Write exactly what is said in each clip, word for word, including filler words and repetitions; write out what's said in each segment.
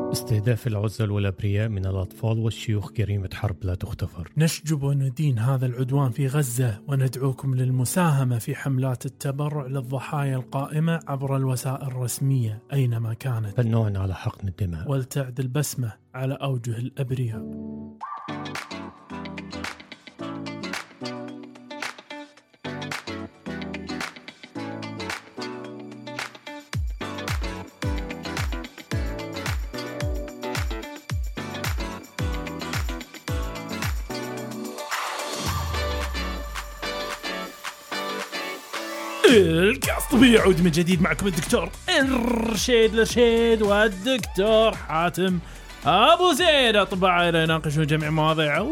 استهداف العزل والأبرياء من الأطفال والشيوخ جريمة حرب لا تغتفر. نشجب وندين هذا العدوان في غزة وندعوكم للمساهمة في حملات التبرع للضحايا القائمة عبر الوسائل الرسمية أينما كانت، فالنوع على حقن الدماء ولتعد البسمة على أوجه الأبرياء. الكاس طبيعي يعود من جديد معكم الدكتور الرشيد لشيد والدكتور حاتم أبو زيد، أطباء عائلة يناقشون جميع المواضيع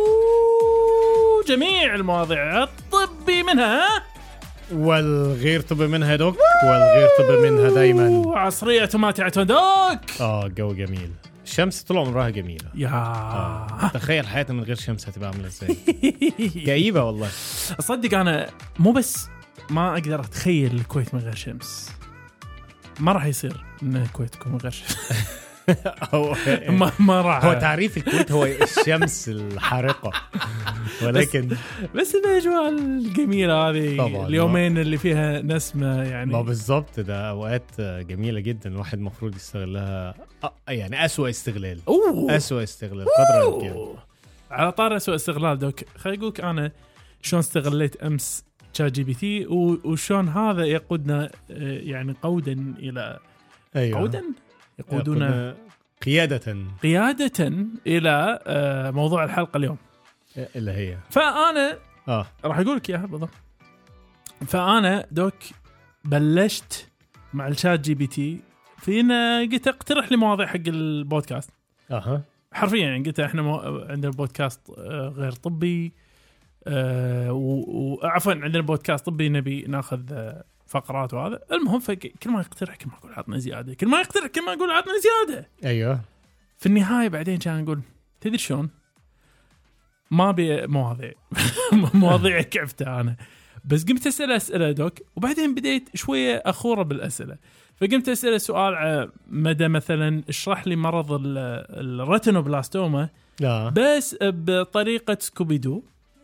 وجميع المواضيع الطبي منها والغير طبي منها يا دوك، والغير طبي منها دايما عصرية وماتعة دوك. آه جو جميل، الشمس طول عمرها جميلة يا آه. تخيل حياتنا من غير شمس هتبقى عاملة ازاي؟ كئيبة والله. أصدق أنا مو بس ما أقدر أتخيل الكويت من غير شمس، ما راح يصير إن الكويت تكون من غير شمس. ما ما راح. هو تعريف الكويت هو الشمس الحارقة، ولكن بس, بس الأجواء الجميلة هذه اليومين ما. اللي فيها نسمة يعني ما بالضبط، ده أوقات جميلة جدا الواحد مفروض يستغلها، يعني أسوأ استغلال. أوه. أسوأ استغلال قدر الإمكان. على طار أسوأ استغلال دوك، خليني أقولك أنا شلون استغليت أمس شات جي بي تي وشون هذا يقودنا يعني قودا إلى أيوة. قودا يقودنا قيادة قيادة إلى موضوع الحلقة اليوم اللي هي فأنا آه. راح أقولك إياها بالضبط. فأنا دوك بلشت مع الشات جي بي تي فينا قلت اقترح لي مواضيع حق البودكاست. أها حرفيا يعني قلت إحنا مو... عندنا بودكاست غير طبي، أه وعفوا عندنا بودكاست طبي نبي ناخذ فقرات وهذا. المهم فكل ما يقترح كل ما أقول عطنا زيادة، كل ما يقترح كل ما أقول عطنا زيادة. أيوة. في النهاية بعدين كان أقول تدري شلون ما بي مواضيع مواضيع كعفتها أنا، بس قمت أسأل أسئلة دوك وبعدين بديت شوية أخورة بالأسئلة. فقمت أسأل سؤال على مدى مثلا اشرح لي مرض الريتينوبلاستوما لا. بس بطريقة سكوبيدو.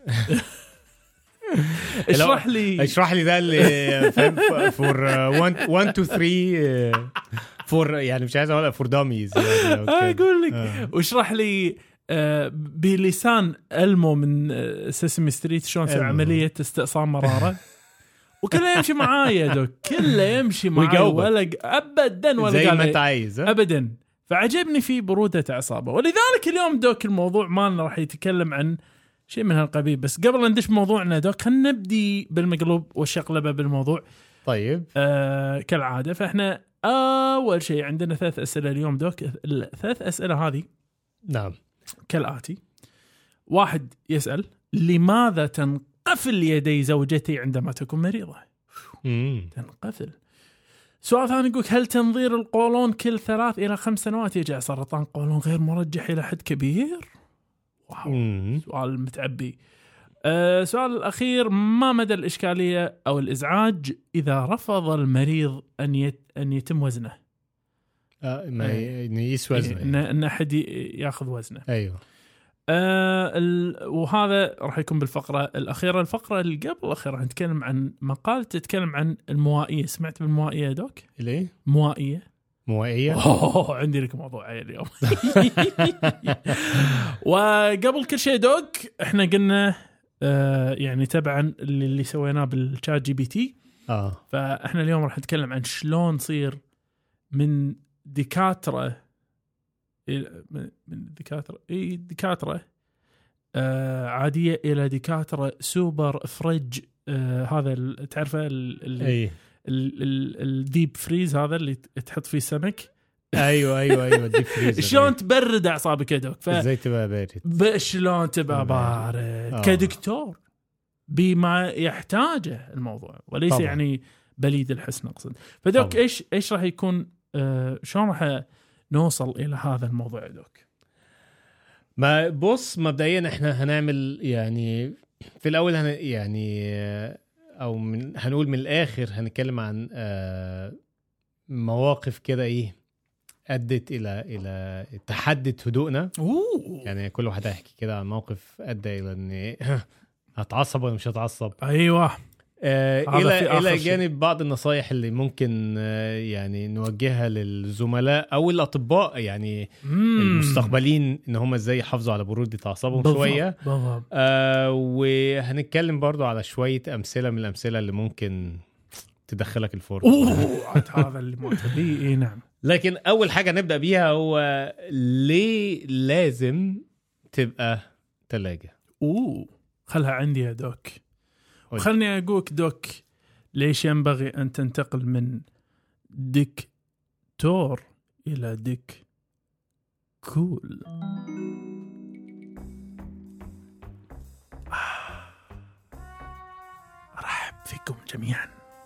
اشرح لي اشرح لي ده اللي فور واحد اثنين ثلاثة فور يعني مش عايز اقول فور داميز يعني. اقول لك آه. واشرح لي آه بلسان المو من سيسمي ستريت شلون سوى عمليه استئصال مراره وكله يمشي معايا دوك، كله يمشي معايا ولا ابدا ولا زي ما انت عايز ابدا. فعجبني في بروده اعصابه، ولذلك اليوم دوك الموضوع مالنا راح يتكلم عن شيء من هالقبيل. بس قبل ندش موضوعنا دوك خلينا نبدي بالمقلوب والشقلبة بالموضوع. طيب آه كالعادة فإحنا أول شيء عندنا ثلاث أسئلة اليوم دوك. الثلاث أسئلة هذه نعم كالآتي. واحد يسأل لماذا تنقفل يدي زوجتي عندما تكون مريضة؟ مم. تنقفل. سؤال ثاني يقول هل تنظير القولون كل ثلاث إلى خمس سنوات يجعل سرطان قولون غير مرجح إلى حد كبير؟ واو. سؤال متعبي. أه سؤال الأخير ما مدى الإشكالية أو الإزعاج إذا رفض المريض أن يت أن يتم وزنه؟ آه ما يقيس وزنه، إن إن أحد يأخذ وزنه. أيوة. أه وهذا راح يكون بالفقرة الأخيرة. الفقرة اللي قبل الأخيرة راح نتكلم عن مقال تتكلم عن الموائية. سمعت بالموائية يا دوك؟ ليه؟ موائية. موائية. أوه عندي لك موضوع عيل اليوم. وقبل كل شيء دوك احنا قلنا آه يعني تبعا اللي سويناه بالشات جي بي تي اه فاحنا اليوم راح نتكلم عن شلون نصير من دكاترة من دكاترة اي دكاترة آه عادية الى دكاترة سوبر فريج. آه هذا تعرفه اي الديب فريز هذا اللي تحط فيه سمك. ايوه ايوه ايوه الديب فريز. شلون تبرد اعصابك يا دوك؟ ازاي تبقى بارد؟ شلون تبقى بارد آه. كدكتور بما يحتاجه الموضوع وليس طبعا. يعني بليد الحسن اقصد. فدوك طبعا. ايش ايش راح يكون آه شلون راح نوصل الى هذا الموضوع يا دوك؟ ما بص مبدئيا احنا هنعمل يعني في الاول هن يعني او من هنقول من الاخر هنتكلم عن آه مواقف كده ايه ادت الى الى تحدد هدوءنا. أوه. يعني كل واحد هيحكي كده عن موقف ادى الى ان هتعصب ولا مش هتعصب. ايوه. آه الى الى جانب بعض النصايح اللي ممكن آه يعني نوجهها للزملاء او الاطباء يعني مم. المستقبلين ان هم ازاي يحافظوا على برودة اعصابهم شويه. آه وهنتكلم برضو على شويه امثله من الامثله اللي ممكن تدخلك الفرن. اوه هذا اللي معتبيه. اي نعم. لكن اول حاجه نبدا بيها هو ليه لازم تبقى ثلاجه. اوه خلها عندي يا دوك. خلني أقولك دوك ليش ينبغي أن تنتقل من دكتور إلى دك كول. أرحب فيكم جميعا.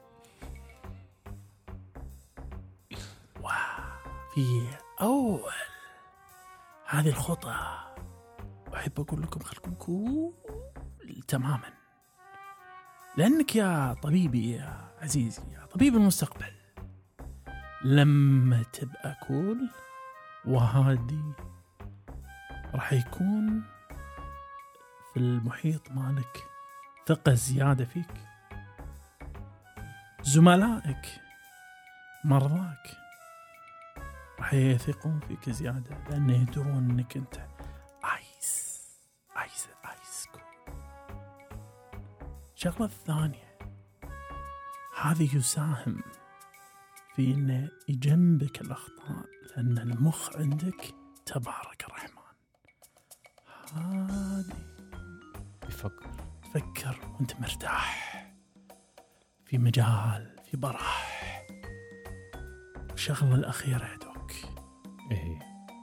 وفي أول هذه الخطة أحب أقول لكم خلكم كول تماما، لأنك يا طبيبي يا عزيزي يا طبيب المستقبل لما تبقى كول وهادي راح يكون في المحيط مالك ثقة زيادة فيك، زملائك مرضاك راح يثقون فيك زيادة لأن يدرون أنك أنت آيس آيس آيس كول. الشغلة الثانية هذه يساهم في أن يجنبك الأخطاء لأن المخ عندك تبارك الرحمن هادي يفكر تفكر وانت مرتاح في مجال في براح. الشغلة الأخيرة يا دوك إيه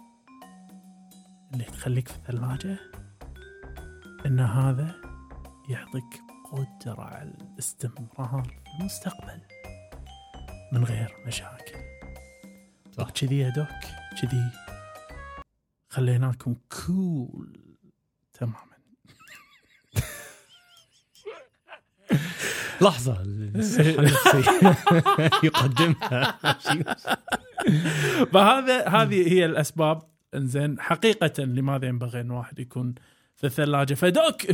اللي تخليك في الثلاجة إن هذا يعطيك قدرة على الاستمرار في المستقبل من غير مشاكل. صح كذي يا دوك كذي خليناكم كول تماما. لحظة الصحة النفسية يقدمها. فهذا هذه هي الأسباب. إنزين حقيقة لماذا ينبغي أن واحد يكون في الثلاجة. فدوك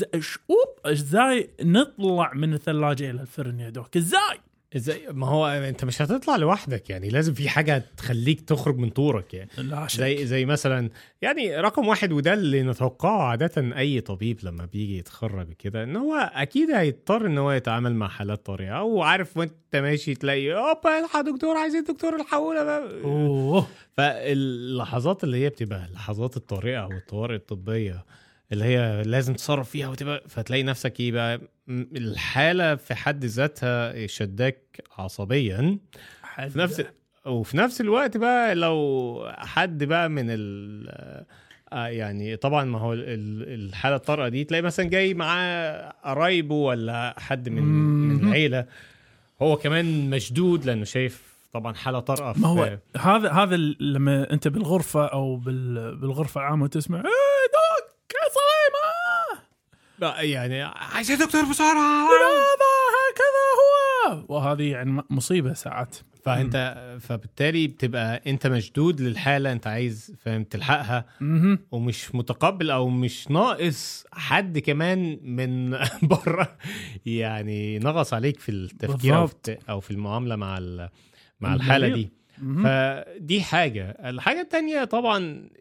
ازاي نطلع من الثلاجة إلى الفرن يا دوك؟ ازاي ازاي ما هو انت مش هتطلع لوحدك يعني لازم في حاجة تخليك تخرج من طورك يعني. لا شك. زي زي مثلا يعني رقم واحد وده اللي نتوقعه عادة اي طبيب لما بيجي يتخرج كده ان هو اكيد هيضطر ان هو يتعامل مع حالات طارئة او عارف وانت ماشي تلاقي اوبا الحق دكتور عايزين دكتور الحقونا. اوه فاللحظات اللي هي بتبقى لحظات الطارئة او الطوارئ الطبية اللي هي لازم تصرف فيها وتبقى فتلاقي نفسك يبقى الحالة في حد ذاتها شدك عصبيا في نفس وفي نفس الوقت بقى لو حد بقى من ال يعني طبعا ما هو الحالة الطارئة دي تلاقي مثلا جاي معاه قرايبه ولا حد من من العيلة هو كمان مشدود لأنه شايف طبعا حالة طارئة. ما هو هذا هذا لما أنت بالغرفة أو بالغرفة العامة تسمع إيه دوك صليمة لا يعني عايز دكتور بسرعة هذا هكذا هو وهذه يعني مصيبة ساعات. فأنت فبالتالي بتبقى أنت مشدود للحالة أنت عايز فهم تلحقها ومش متقبل أو مش ناقص حد كمان من برا يعني نغص عليك في التفكير أو في, أو في المعاملة مع مع الحالة دي. فدي حاجة. الحاجة التانية طبعا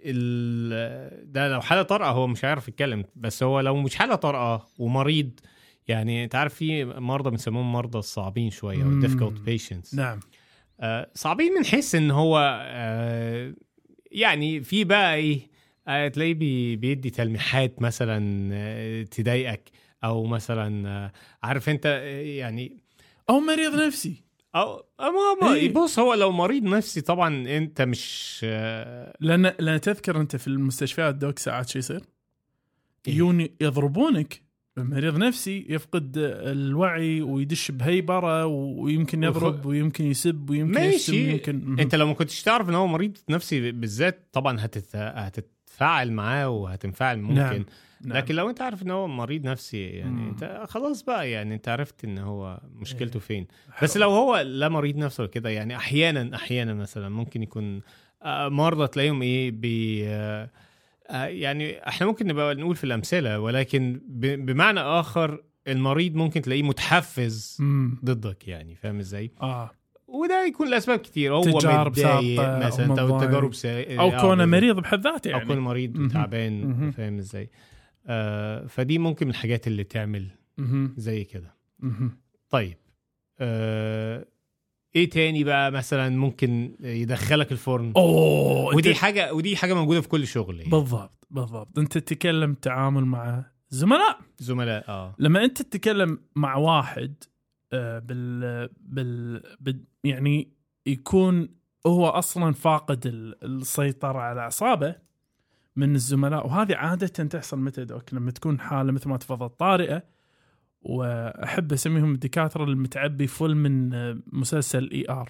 ده لو حالة طارئة هو مش هيعرف يتكلم بس هو لو مش حالة طارئة ومريض يعني انت عارف في مرضى بنسموهم مرضى الصعبين شوية أو difficult patients. نعم آه صعبين من حيث ان هو آه يعني في بقى ايه آه تلاقيه بي بيدي تلميحات مثلا آه تضايقك او مثلا آه عارف انت آه يعني او مريض نفسي او ما إيه؟ بص هو لو مريض نفسي طبعا انت مش آه لان لان تذكر انت في المستشفيات دوك ساعات شو يصير يجون يضربونك. مريض نفسي يفقد الوعي ويدش بهيبرة ويمكن يضرب ويمكن يسب ويمكن يشتم ويمكن انت لو ما كنتش تعرف ان هو مريض نفسي بالذات طبعا هتت... هتتفاعل معاه وهتنفعل ممكن. نعم. نعم. لكن لو انت عارف ان هو مريض نفسي يعني مم. انت خلاص بقى يعني انت عرفت ان هو مشكلته فين. بس لو هو لا مريض نفسي كده يعني احيانا احيانا مثلا ممكن يكون مرضى تلاقيهم ايه بي يعني احنا ممكن نبقى نقول في الامثله، ولكن بمعنى اخر المريض ممكن تلاقيه متحفز مم. ضدك، يعني فاهم ازاي؟ اه وده يكون لاسباب كتير، هو تجارب متضايق مثلا او تجارب او كونه مريض بحد ذاته يعني، او كونه مريض وتعبان، فاهم ازاي؟ آه فدي ممكن من الحاجات اللي تعمل مم. زي كده. مم. طيب آه ايه تاني بقى مثلا ممكن يدخلك الفرن؟ اوه ودي حاجه ودي حاجه موجوده في كل شغل يعني. بالضبط بالضبط. انت تتكلم تعامل مع زملاء زملاء اه لما انت تتكلم مع واحد آه بال بال بال يعني يكون هو اصلا فاقد السيطره على اعصابه من الزملاء، وهذه عاده تحصل متى دوك لما تكون حاله مثل ما تفضل طارئه. واحب اسميهم الدكاتره المتعبي فل من مسلسل اي ار.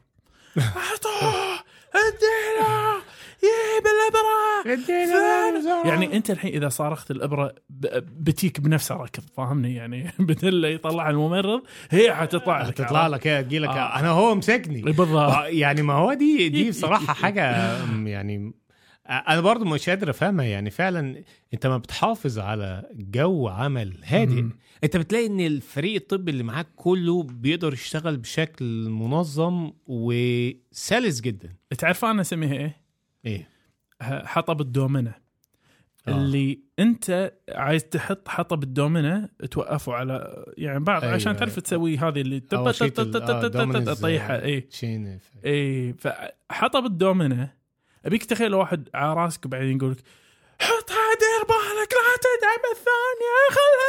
ادينا يجيب الابره يعني انت الحين اذا صارخت الابره بتيك بنفسها ركض، فاهمني يعني؟ بدل يطلع الممرض هي حتطلع لك تطلع لك تجي لك آه. انا هو مسكني بالضبط يعني. ما هو دي دي بصراحه حاجه يعني انا برضو مش قادر افهمها يعني. فعلا انت ما بتحافظ على جو عمل هادئ، انت بتلاقي ان الفريق الطبي اللي معاك كله بيقدر يشتغل بشكل منظم وسلس جدا. تعرف انا اسميها ايه؟ ايه؟ حطب الدومنة. آه. اللي انت عايز تحط حطب الدومنة توقفه على يعني بعض أيوة. عشان تعرف تسوي هذه اللي تطيحها. ايه ايه فحطب الدومنة أبيك تخيل واحد على راسك وبعدين يقولك حطها دير بالك لا تدعم الثانية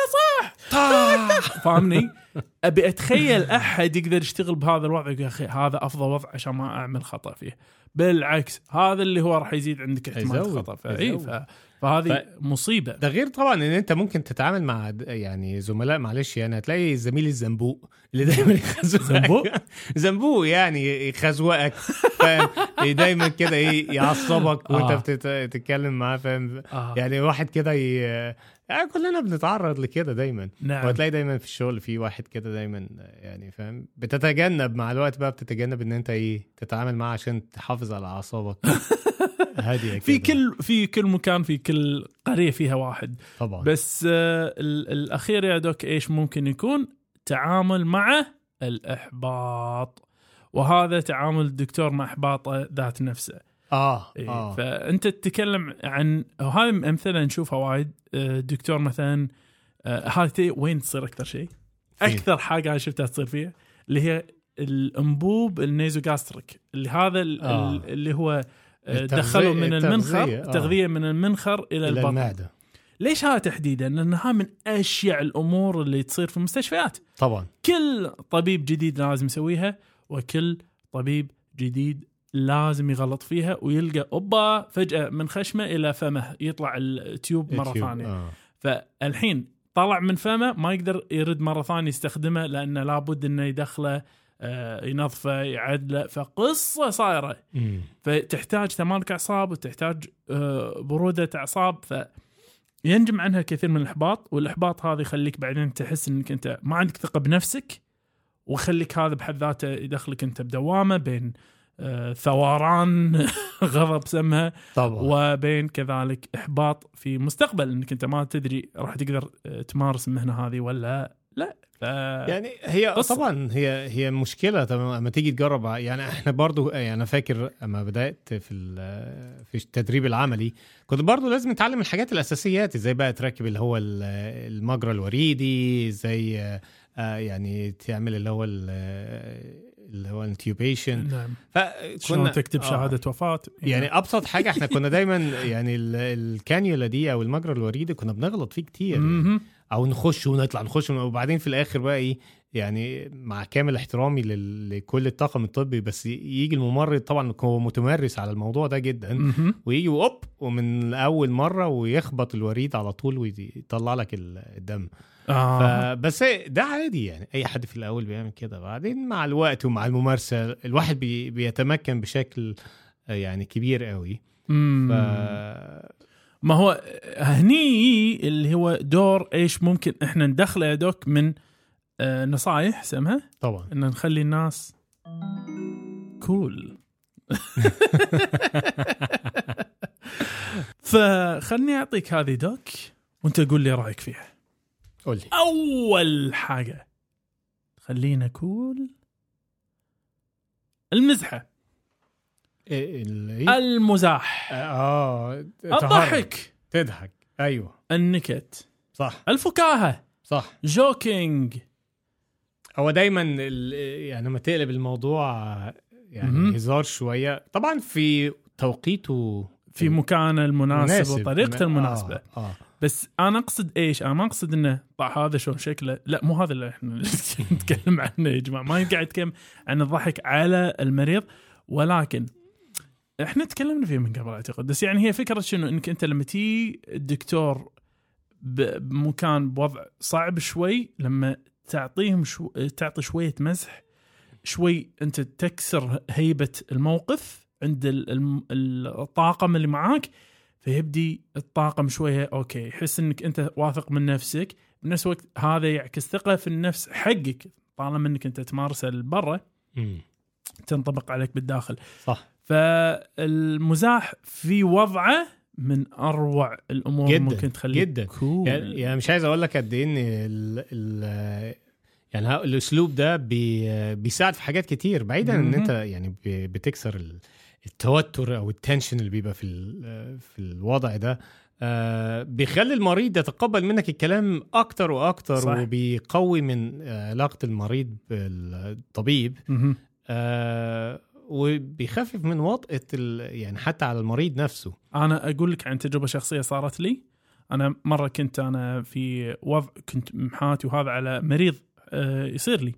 خلها صح. فاهمني؟ أبي أتخيل أحد يقدر يشتغل بهذا الوضع يقول يا أخي هذا أفضل وضع عشان ما أعمل خطأ فيه. بالعكس هذا اللي هو راح يزيد عندك احتمال الخطأ. فإيه فهذه ف... مصيبة. ده غير طبعا ان انت ممكن تتعامل مع يعني زملاء معلش يعني هتلاقي زميل الزنبوق اللي دايما يخزوقك. زنبوق زنبوق يعني يخزوقك، فاهم؟ دايما كده ايه يعصبك وانت آه. بتتكلم معاه، فاهم؟ آه. يعني واحد كده ي... يعني كلنا بنتعرض لكده دايما. نعم. وهتلاقي دايما في الشغل في واحد كده دايما يعني فاهم بتتجنب مع الوقت بقى بتتجنب ان انت ايه تتعامل معاه عشان تحافظ على اعصابك هاديه. في كل في كل مكان في كل قرية فيها واحد طبعا. بس آه الأخير يا دوك إيش ممكن يكون؟ تعامل مع الإحباط، وهذا تعامل الدكتور مع إحباطه ذات نفسه. آه. إيه آه. فأنت تتكلم عن هذه أمثلة نشوفها وايد. دكتور مثلا هذه وين تصير أكثر شيء؟ أكثر حاجة أنا شفتها تصير فيها اللي هي الأنبوب النيزوغاستريك، اللي هذا آه. اللي هو دخلوا من المنخر التغذية آه. من المنخر إلى, إلى البطن المعدة. ليش هذا تحديدا؟ لأنها من أشيع الأمور اللي تصير في المستشفيات. طبعا كل طبيب جديد لازم يسويها، وكل طبيب جديد لازم يغلط فيها ويلقى أوبا فجأة من خشمه إلى فمه يطلع التيوب مرة ثانية. آه. فالحين طلع من فمه ما يقدر يرد مرة ثانية يستخدمه لأنه لابد أنه يدخله آه ينظفه يعدله، فقصة صايرة. مم. فتحتاج تمالك أعصاب وتحتاج آه برودة أعصاب، فينجم عنها الكثير من الإحباط. والإحباط هذا يخليك بعدين تحس أنك أنت ما عندك ثقة بنفسك، وخليك هذا بحد ذاته يدخلك أنت بدوامة بين آه ثوران غضب سمها طبعا، وبين كذلك إحباط في مستقبل أنك أنت ما تدري راح تقدر تمارس المهنة هذه ولا لا. ف... يعني هي قصة. طبعا هي هي مشكله. طبعا لما تيجي تجرب يعني احنا برضو يعني انا فاكر لما بدات في في التدريب العملي كنت برضو لازم نتعلم الحاجات الاساسيات، ازاي بقى تركب اللي هو المجرى الوريدي، ازاي يعني تعمل اللي هو اللي هو انتيوبيشن. نعم. فكنا تكتب شهاده آه. وفاه يعني ابسط حاجه احنا كنا دايما يعني الكانيولا دي او المجرى الوريدي كنا بنغلط فيه كتير يعني. او نخش ونطلع نخش وبعدين في الاخر بقى ايه يعني مع كامل احترامي لكل الطاقم الطبي بس يجي الممرض طبعا هو متمرس على الموضوع ده جدا ويجي اوب ومن اول مره ويخبط الوريد على طول ويطلع لك الدم. آه. بس ده عادي يعني اي حد في الاول بيعمل كده، بعدين مع الوقت ومع الممارسه الواحد بي بيتمكن بشكل يعني كبير قوي. ف... ما هو هني اللي هو دور ايش ممكن احنا ندخله يا دوك من آه نصايح سمها طبعا ان نخلي الناس كول فخلني أعطيك هذه دوك وانت قول لي رأيك فيها. قول لي. أول حاجة خلينا نقول المزحة، إيه اللي... المزاح، اه الضحك، تضحك، ايوه، النكت، صح، الفكاهة، صح، جوكينج. هو دايما ال... يعني لما تقلب الموضوع يعني م-م. هزار شويه، طبعا في توقيته، في مكانه المناسب وطريقته م... المناسبه. آه. آه. بس انا اقصد ايش؟ انا ما اقصد انه طع هذا شو شكله، لا مو هذا اللي احنا نتكلم عنه يا جماعه. ما قاعد اتكلم عن الضحك على المريض، ولكن احنا تكلمنا فيه من قبل اعتقد. بس يعني هي فكره شنو، انك انت لما تي الدكتور بمكان بوضع صعب شوي، لما تعطيهم شو... تعطي شويه مزح شوي، انت تكسر هيبه الموقف عند الطاقم اللي معاك، فيبدي الطاقم شويه اوكي، يحس انك انت واثق من نفسك. بنفس الوقت هذا يعكس ثقه في النفس حقك، طالما انك انت تمارسه لبرا تنطبق عليك بالداخل. صح. فالمزاح في وضعه من اروع الامور جداً ممكن تخليك جدا كول. يعني, يعني مش عايز اقول لك قد ايه ان ال ال يعني الاسلوب ده بي بيساعد في حاجات كتير، بعيدا ان انت يعني بتكسر التوتر او التنشن اللي بيبقى في في الوضع ده. آه بيخلي المريض يتقبل منك الكلام اكتر واكتر. صح. وبيقوي من علاقة المريض بالطبيب. آه وبيخفف من وطأة يعني حتى على المريض نفسه. انا اقول لك عن تجربة شخصية صارت لي. انا مرة كنت انا في وضع كنت محاتي وهذا على مريض آه يصير لي،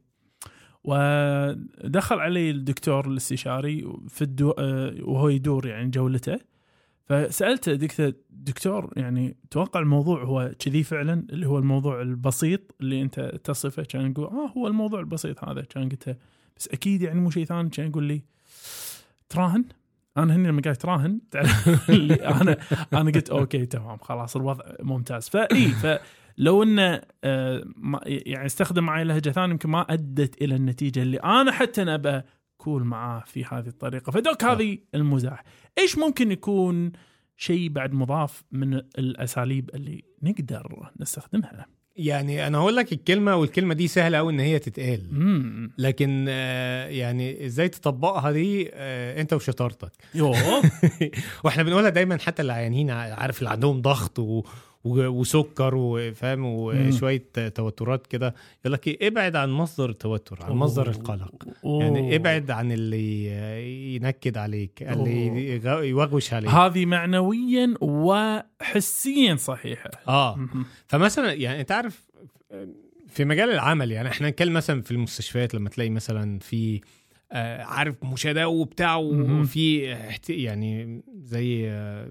ودخل علي الدكتور الاستشاري في الدو... آه وهو يدور يعني جولته. فسألته دكتور يعني توقع الموضوع هو كذي فعلا، اللي هو الموضوع البسيط اللي انت تصفه؟ كان يقول اه هو الموضوع البسيط هذا. كان قلت بس اكيد يعني مو شيء ثاني. كان يقول لي تراهن. انا هني لما قاعد تراهن انا انا قلت اوكي تمام خلاص الوضع ممتاز. فاي فلو انه آه يعني استخدم معي لهجه ثانيه يمكن ما ادت الى النتيجه اللي انا حتى انا ابى كول معاه في هذه الطريقه. فدوك هذه المزاح. ايش ممكن يكون شيء بعد مضاف من الاساليب اللي نقدر نستخدمها؟ يعني انا هقول لك الكلمه، والكلمه دي سهله قوي ان هي تتقال، مم. لكن آه يعني ازاي تطبقها دي آه انت وشطارتك. يوه واحنا بنقولها دايما حتى العيانين، عارف اللي عندهم ضغط و وسكر وفهم وشويه توترات كده، يقول لك إيه ابعد عن مصدر التوتر، عن مصدر القلق. أوه. يعني ابعد عن اللي ينكد عليك، اللي يوغوش عليك. هذه معنويا وحسيا صحيحه. اه فمثلا يعني انت عارف في مجال العمل، يعني احنا نتكلم مثلا في المستشفيات لما تلاقي مثلا في آه عارف مشاهده وبتاع وفي يعني زي آه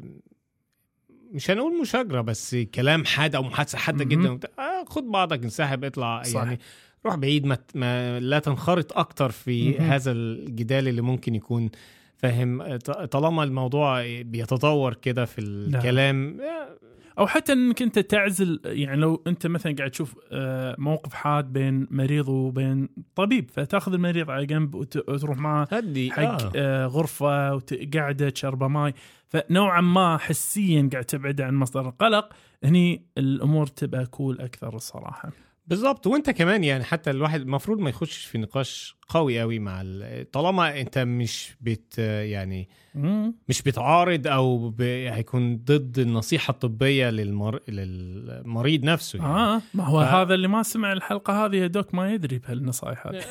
مش هنقول مشاجرة بس كلام حاد أو محادثة حادة جدا. آه خد بعضك انسحب اطلع. صح. يعني روح بعيد، ما, ما لا تنخرط أكتر في م-م. هذا الجدال اللي ممكن يكون فاهم، طالما الموضوع بيتطور كده في الكلام. أو حتى أنك أنت تعزل. يعني لو أنت مثلا قاعد تشوف موقف حاد بين مريض وبين طبيب، فتأخذ المريض على جنب وتروح معه حق آه. غرفة وقاعدة تشرب ماي، فنوعا ما حسيا قاعد تبعد عن مصدر القلق. هني الأمور تبقى كول أكثر الصراحة. بالضبط. وانت كمان يعني حتى الواحد المفروض ما يخشش في نقاش قوي قوي مع طالما انت مش بت يعني مم. مش بتعارض او ب... هيكون ضد النصيحة الطبية للمر... للمريض نفسه يعني. آه ما هو ف... هذا اللي ما سمع الحلقة هذه يا دوك ما يدري بهالنصائح هذه.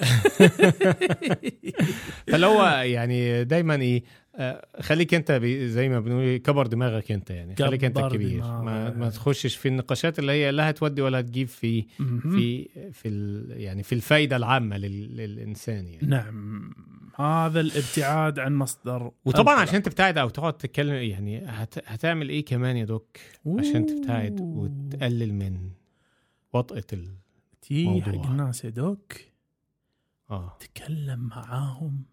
فلو يعني دايما ايه خليك انت زي ما بنقول كبر دماغك انت، يعني خليك انت كبير، ما, ما تخشش في النقاشات اللي هي لا هتودي ولا هتجيب في م-م. في في ال يعني في الفايدة العامة لل... للإنسان يعني. نعم هذا الابتعاد عن مصدر. وطبعا عشان تبتعد او تقعد تتكلم يعني هت... هتعمل ايه كمان يا دوك عشان تبتعد وتقلل من وطأة الموضوع؟ حق الناس يا دوك اه تكلم معاهم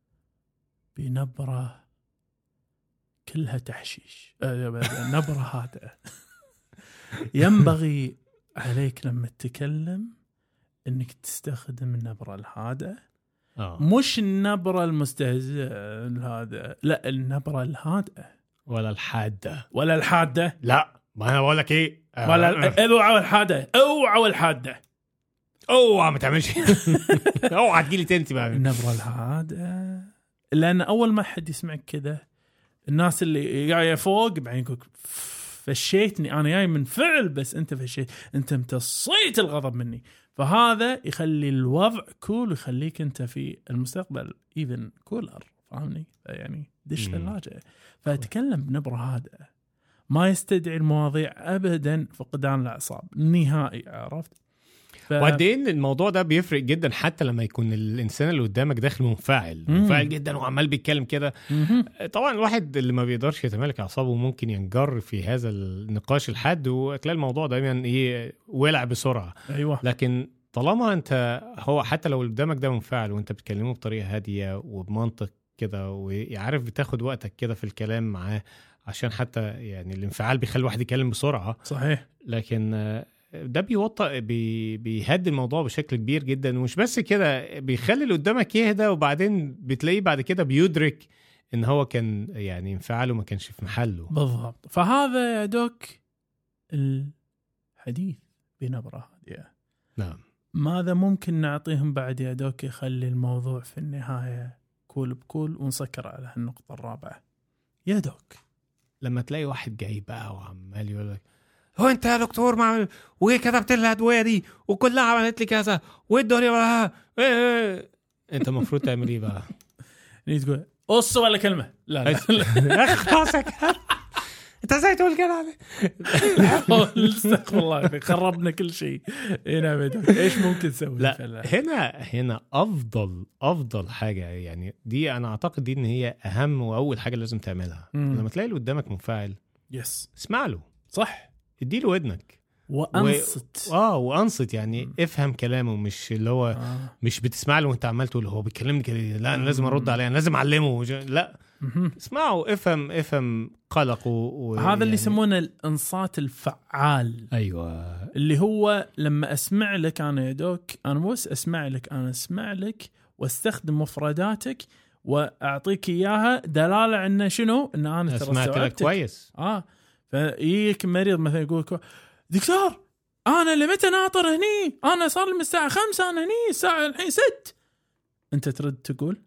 بنبرة كلها تحشيش، نبرة هادئة. ينبغي عليك لما تتكلم انك تستخدم النبرة الهادئة آه. مش النبرة المستهزئة هذا، لا النبرة الهادئة ولا الحادة ولا الحادة، لا ما انا بقول لك ايه آه. ولا اوعى الحادة، اوعى الحادة، اوعى ما تعملش اوعى تجيلي تنتي بقى. النبرة الهادئة، لان اول ما حد يسمعك كذا الناس اللي جايه فوق بعدين يقول فشيتني انا جاي من فعل، بس انت فشيت، انت امتصيت الغضب مني، فهذا يخلي الوضع كول ويخليك انت في المستقبل ايفن كولر، فاهمني؟ يعني دش ثلاجه. فاتكلم بنبره هادئه، ما يستدعي المواضيع ابدا فقدان الاعصاب نهائي، عرفت؟ ف... وبعدين الموضوع ده بيفرق جدا حتى لما يكون الانسان اللي قدامك داخل منفعل مم. منفعل جدا وعمال بيتكلم كده. طبعا الواحد اللي ما بيقدرش يتمالك اعصابه ممكن ينجر في هذا النقاش الحاد، وتلاقي الموضوع دايما ايه ولع بسرعه. ايوه. لكن طالما انت هو حتى لو قدامك ده منفعل وانت بتكلمه بطريقه هاديه وبمنطق كده ويعرف بتاخد وقتك كده في الكلام معاه، عشان حتى يعني الانفعال بيخلي الواحد يتكلم بسرعه. صحيح. لكن ده بيوطئ بي بيهدي الموضوع بشكل كبير جدا، ومش بس كده بيخلي اللي قدامك يهدى، وبعدين بتلاقيه بعد كده بيدرك ان هو كان يعني انفعاله ما كانش في محله بالضبط. فهذا يا دوك الحديث بنبرة هادئة. نعم. ماذا ممكن نعطيهم بعد يا دوك يخلي الموضوع في النهاية كول بكول ونسكر على النقطة الرابعة يا دوك؟ لما تلاقي واحد جاي بقى وعمال يقول لك هو انت يا دكتور ما وهي كتبت لها الادويه دي وكلها عملت لي كذا والدنيا ولا إيه إيه. انت المفروض تعمل ايه بقى؟ نيجي تقول قص ولا كلمه؟ لا لا خلاصك انت ازاي تقول كده عليه؟ استغفر الله، خربنا كل شيء هنا. بدك ايش ممكن تسوي؟ لا هنا هنا افضل افضل حاجه يعني دي انا اعتقد دي ان هي اهم واول حاجه لازم تعملها. مم. لما تلاقي اللي قدامك منفعل يس اسمع له، صح، اديله ودنك وانصت و... اه وانصت يعني م. افهم كلامه، مش اللي هو آه. مش بتسمع له وانت عمال تقول هو بيكلمني كده، لا انا لازم ارد عليه، انا لازم اعلمه، لا م- اسمعه، افهم افهم قلقه و... هذا يعني... اللي يسمونه الانصات الفعال. ايوه، اللي هو لما اسمع لك انا يا دوك، انا مو اسمع لك، انا اسمع لك واستخدم مفرداتك واعطيك اياها دلاله عن شنو ان انا ترى سمعت لك كويس. اه فيجيك مريض مثلا يقول دكتور انا لمتى ناطر هني، انا صار لي من الساعه خمسة انا هني الساعه الحين ست، انت ترد تقول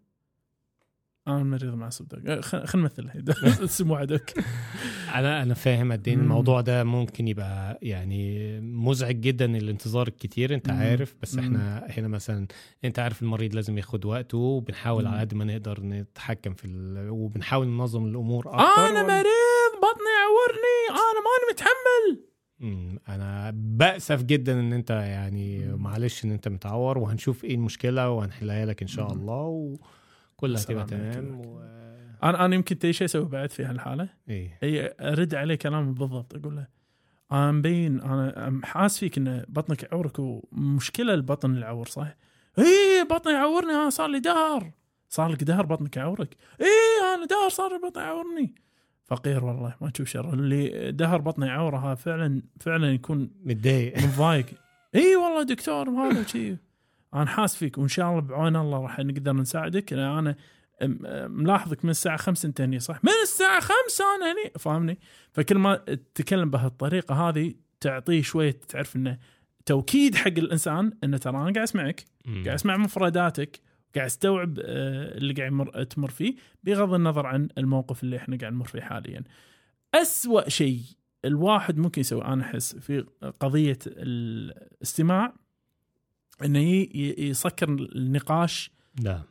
انا مريض معصب دوك، خلينا نمثل اسمه عدك. انا انا فاهم قد ايه الموضوع ده ممكن يبقى يعني مزعج جدا، الانتظار الكتير انت عارف، بس احنا هنا مثلا انت عارف المريض لازم ياخد وقته، وبنحاول على قد ما نقدر نتحكم في ال... وبنحاول ننظم الامور اكتر. انا مريض بطني يعورني انا ماني متحمل. امم انا بأسف جدا ان انت يعني معلش ان انت متعور، وهنشوف ايه المشكله وهنحلها لك ان شاء الله وكلها تبقى تمام. و... انا انا يمكن تي شيء اسوي بعد في هالحاله ايه هي ارد عليه كلام بالضبط، اقول له انا مبين انا حاس فيك ان بطنك يعورك ومشكله البطن العور صح؟ ايه بطني يعورني انا صار لي دهر. صار لك دهر بطنك يعورك؟ ايه انا دهر صار لي بطني يعورني. فقير والله ما تشوف شر اللي دهر بطنه يعورها، فعلا فعلا يكون متضايق مضايق. اي والله دكتور هذا شيء انا حاس فيك، وان شاء الله بعون الله راح نقدر نساعدك. انا ملاحظك من الساعه خمسة انت هني صح، من الساعه خمسة انا هني، فاهمني؟ فكل ما تتكلم بهالطريقه هذه تعطيه شويه تعرف انه توكيد حق الانسان انه ترى انا قاعد اسمعك، قاعد اسمع مفرداتك، قاعد استوعب اللي قاعد تمر فيه بغض النظر عن الموقف اللي احنا قاعد نمر فيه حاليا. أسوأ شيء الواحد ممكن يسوي انا احس في قضيه الاستماع انه يسكر النقاش لا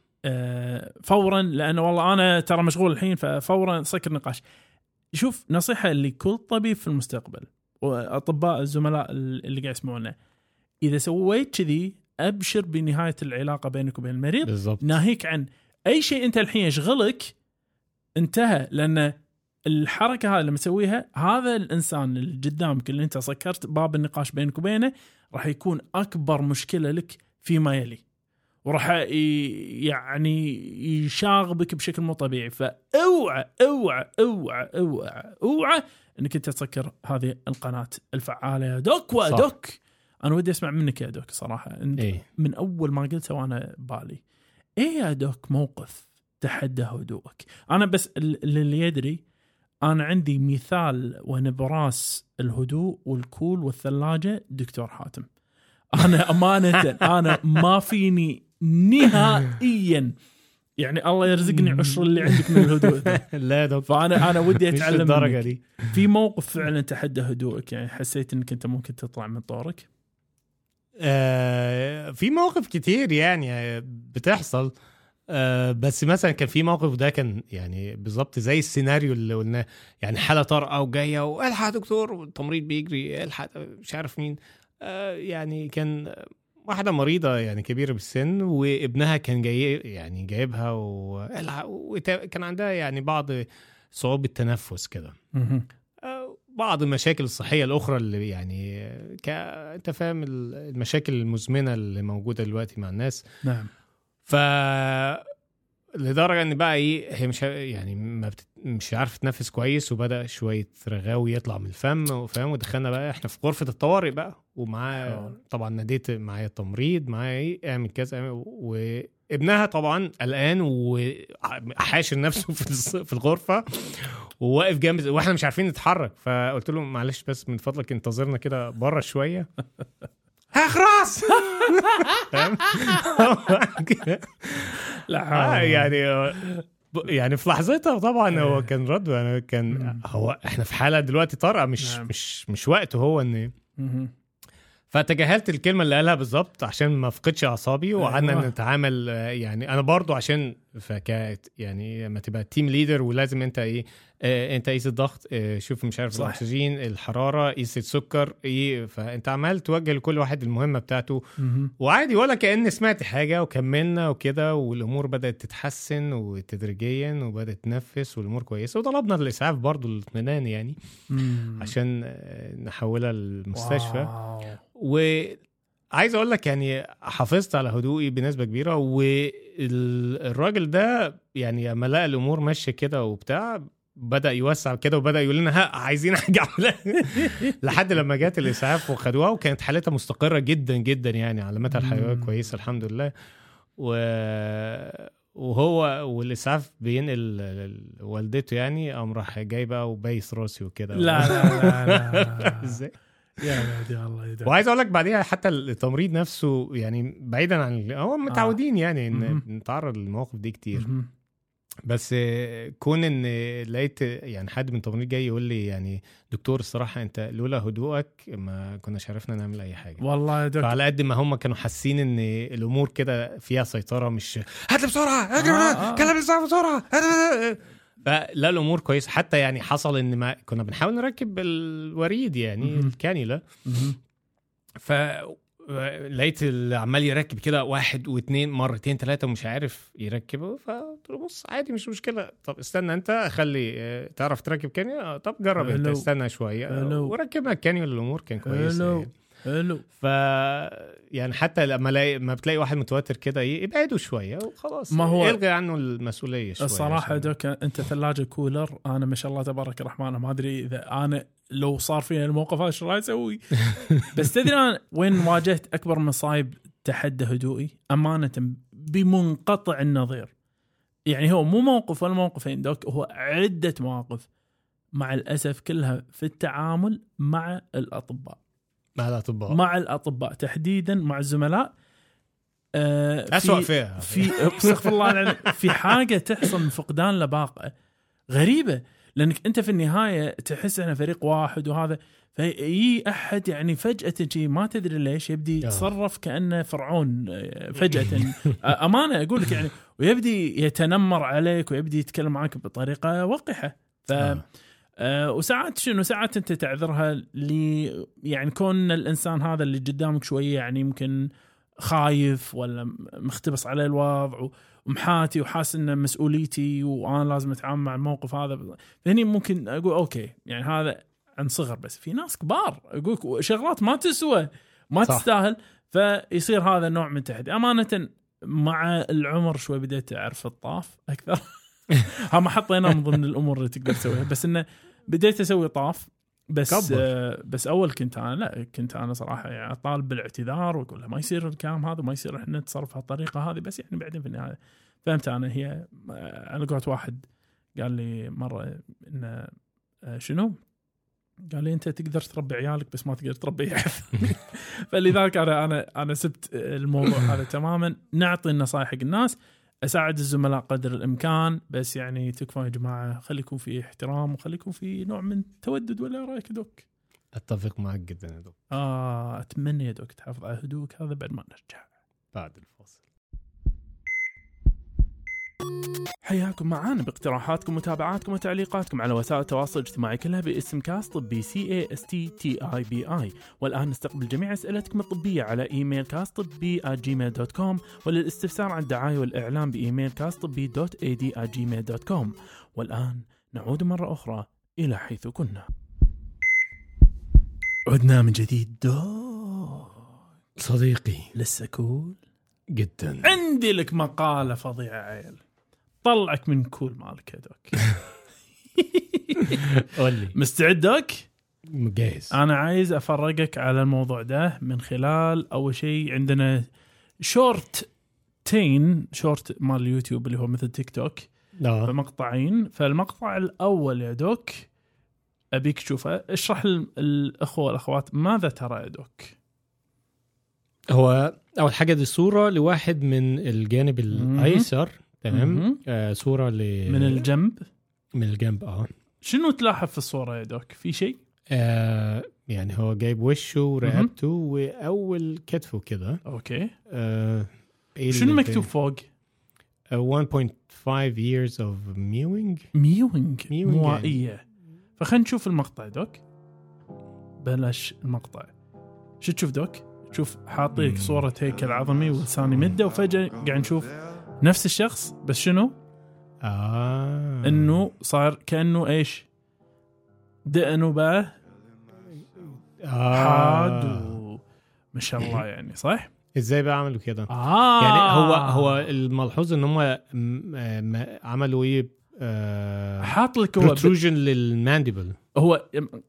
فورا، لانه والله انا ترى مشغول الحين ففورا سكر النقاش. شوف نصيحه لكل طبيب في المستقبل واطباء الزملاء اللي قاعد يسمعونا، اذا سويت كذي ابشر بنهايه العلاقه بينك وبين المريض بالزبط. ناهيك عن اي شيء انت الحين يشغلك انتهى، لان الحركه هذه لما تسويها هذا الانسان اللي قدامك اللي انت سكرت باب النقاش بينك وبينه راح يكون اكبر مشكله لك فيما يلي، وراح يعني يشاغبك بشكل مو طبيعي. فاوعى اوعى اوعى اوعى اوعى انك انت تسكر هذه القناه الفعاله يا دوك. ودوك انا ودي اسمع منك يا دوك صراحه، إيه؟ من اول ما قلتها وانا بالي ايه يا دوك موقف تحدى هدوءك؟ انا بس اللي يدري انا عندي مثال ونبراس الهدوء والكول والثلاجه دكتور حاتم. انا امانه انا ما فيني نهائيا، يعني الله يرزقني عشر اللي عندك من الهدوء. لا دكتور، فانا انا ودي اتعلم الدرجه دي. في موقف فعلا تحدى هدوءك، يعني حسيت انك انت ممكن تطلع من طورك؟ آه في مواقف كتير يعني بتحصل. آه بس مثلا كان في موقف ده كان يعني بالظبط زي السيناريو اللي قلناه، يعني حاله طارئه وجايه والحق دكتور والتمريض بيجري الحق مش عارف مين. آه يعني كان واحده مريضه يعني كبيره بالسن وابنها كان جاي يعني جايبها وكان عندها يعني بعض صعوبه تنفس كده، آه بعض المشاكل الصحيه الاخرى اللي يعني ك... انت فاهم المشاكل المزمنه اللي موجوده دلوقتي مع الناس. نعم. ف لدرجه ان بقى ايه هي مش يعني ما بت... مش عارفه تنفس كويس، وبدا شويه رغاوي يطلع من الفم وفاهم، ودخلنا بقى احنا في غرفه الطوارئ بقى، ومعاه طبعا ناديت معايا التمريض معايا ايه اعمل كذا، وابنها طبعا قلقان وحاشر نفسه في في الغرفه وواقف جنب واحنا مش عارفين نتحرك. فقلت له معلش بس من فضلك انتظرنا كده بره شويه. اخرس. لا يعني يعني في لحظتها طبعا هو كان رد، انا كان هو احنا في حاله دلوقتي طارئه، مش مش مش وقته هو ان فتجاهلت الكلمه اللي قالها بالظبط عشان ما افقدش اعصابي، وقعدنا نتعامل. يعني انا برضو عشان فكات يعني لما تبقى تيم ليدر ولازم انت ايه آه انت قيس الضغط، آه شوف مش عارف الاكسجين الحراره قيس السكر ايه، فانت عمال توجه لكل واحد المهمه بتاعته. وعادي ولا كأن سمعت حاجه وكملنا وكده، والامور بدات تتحسن وتدريجيا وبدات تنفس والامور كويسه، وطلبنا الاسعاف برضو الاطمئنان يعني عشان نحولها للمستشفى. وعايز اقول لك يعني حافظت على هدوئي بنسبه كبيره، والراجل ده يعني لما لقى الامور ماشيه كده وبتاع بدا يوسع كده وبدا يقول لنا ها عايزين حاجه لحد لما جات الاسعاف وخدوها، وكانت حالتها مستقره جدا جدا يعني علاماتها الحيويه كويسه الحمد لله. و وهو والاسعاف بينقل والدته يعني قام راح جاي بقى وبايس راسي وكده. لا لا لا ازاي يا بعدي الله يدعم. وعايز اقول لك بعديها حتى التمريض نفسه يعني بعيدا عن هو متعودين آه. يعني ان نتعرض للمواقف دي كتير، بس كون ان لقيت يعني حد من التمريض جاي يقول لي يعني دكتور الصراحه انت لولا هدوءك ما كناش عرفنا نعمل اي حاجه والله يا دكتور. فعلى قد ما هم كانوا حاسين ان الامور كده فيها سيطره، مش هات بسرعه اجري آه كلام الاسعاف بسرعه فلا الامور كويس. حتى يعني حصل ان ما كنا بنحاول نركب الوريد يعني الكانيولا، ف لقيت اللي عمال يركب كده واحد واثنين مرتين ثلاثه ومش عارف يركبه، فقلت له بص عادي مش مشكله، طب استنى انت خلي تعرف تركب كانيولا، طب جرب انت استنى شويه، وركبنا الكانيولا الامور كان كويسه. حلو. ف يعني حتى لما لاقي ما بتلاقي واحد متوتر كده ايه ابعده شويه وخلاص، ما هو الغي عنه المسؤوليه شويه. الصراحه دوك انت ثلاجه كولر، انا ما شاء الله تبارك الرحمن ما ادري اذا انا لو صار فيها الموقف ايش راح اسوي. بس تدري انا وين واجهت اكبر مصايب تحدى هدوئي امانه بمنقطع النظير؟ يعني هو مو موقف ولا موقفين دوك، هو عده مواقف مع الاسف كلها في التعامل مع الاطباء مع الأطباء مع الأطباء تحديدا مع الزملاء. آه أسوأ فيها في استغفر الله العظيم في حاجة تحصل من فقدان لباقة غريبة، لأنك أنت في النهاية تحس إحنا فريق واحد وهذا، فيجي أحد يعني فجأة تجي ما تدري ليش يبدي يتصرف كأنه فرعون فجأة أمانة أقول لك يعني، ويبدي يتنمر عليك ويبدي يتكلم معك بطريقة وقحة. ف أه وساعات شنو ساعات انت تعذرها لي يعني كون الانسان هذا اللي قدامك شويه يعني يمكن خايف ولا مختبس على الوضع ومحاتي وحاس ان مسؤوليتي وانا لازم اتعامل مع الموقف هذا، فهني ممكن اقول اوكي يعني هذا عن صغر. بس في ناس كبار اقول شغلات ما تسوى ما صح. تستاهل، فيصير هذا نوع من التحدي. امانه مع العمر شوي بديت اعرف الطاف اكثر. ها ما حطينا من ضمن الامور اللي تقدر تسويها، بس انه بديت اسوي طاف بس آه بس اول كنت انا لا كنت انا صراحه يعني اطالب بالاعتذار واقول له ما يصير الكلام هذا وما يصير احنا نتصرف بهالطريقه هذه. بس يعني بعدين في النهايه فهمت انا هي انا قلت واحد قال لي مره انه شنو قال لي انت تقدر تربي عيالك بس ما تقدر تربي عيالك. فلذلك انا انا انا سبت الموضوع هذا تماما. نعطي النصائح حق الناس، اساعد الزملاء قدر الامكان، بس يعني تكفى يا جماعه خلي يكون في احترام وخلي يكون في نوع من تودد. ولا رايك يا دوك؟ اتفق معك جدا يا دوك. اه اتمنى يا دوك تحافظ على هدوءك هذا بعد ما نرجع بعد الفاصل. حياكم معانا باقتراحاتكم ومتابعاتكم وتعليقاتكم على وسائل التواصل الاجتماعي كلها باسم كاست طبي سي اي اس تي تي اي بي اي. والآن نستقبل جميع أسئلتكم الطبية على إيميل كاست طبي آت جيميل دوت كوم، وللاستفسار عن الدعاية والإعلان بإيميل كاست طبي دوت إي دي آت جيميل دوت كوم. والآن نعود مرة أخرى إلى حيث كنا. عدنا من جديد. دو صديقي لسه كول جدا. عندي لك مقالة فظيعة عيل، طلعك من كول مالك يا دوك. قول لي. مستعد دوك؟ جاهز. أنا عايز أفرجك على الموضوع ده من خلال أول شيء عندنا شورت تين شورت مال اليوتيوب اللي هو مثل تيك توك. آه. فمقطعين. فالمقطع الأول يا دوك أبيك تشوفه. اشرح الأخوة والأخوات ماذا ترى يا دوك. هو أول حاجة دي صورة لواحد من الجانب الأيسر. تمام. آه صورة ل من الجنب. من الجنب. اه شنو تلاحظ في الصورة يا دوك؟ في شيء؟ آه يعني هو جايب وشه ورقبته وأول كتفه كده. أوكي. آه شنو مكتوب فوق؟ uh, one point five years of mewing. ميوينج. mewing موائية. يعني. فخلينا نشوف المقطع دوك. بلاش المقطع. شو تشوف دوك؟ تشوف حاطيك صورة هيكل عظمي ولساني مدة، وفجأة قاعد نشوف نفس الشخص بس شنو؟ آه. إنه صار كأنه إيش؟ دقنه بقى آه. حاد وما شاء الله يعني صح؟ إزاي بقى عملوا كده؟ آه. يعني هو هو الملحوظ إن هم عملوا إيه؟ آه حاط لك هو protrusion للمانديبل. هو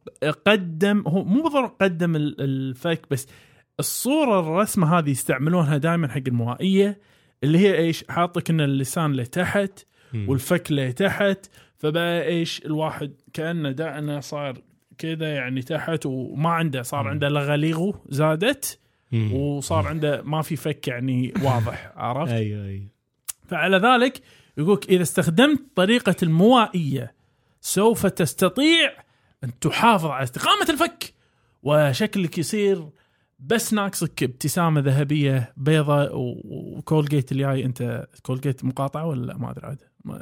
قدم هو مو بالضرورة قدم الفك، بس الصورة الرسمة هذه يستعملونها دائما حق الموائية اللي هي إيش؟ حاطك إن اللسان لتحت والفك لتحت، فبقى إيش الواحد كأنه دعنا صار كذا يعني تحت وما عنده، صار عنده لغليغه زادت وصار عنده ما في فك يعني واضح. عرفت؟ أيوة أيوة. فعلى ذلك يقولك إذا استخدمت طريقة الموائية سوف تستطيع أن تحافظ على استقامة الفك وشكلك يصير بس ناقصك ابتسامة ذهبية بيضة. وكولجيت اللي هاي أنت كولجيت مقاطعة ولا ما أدري عاد.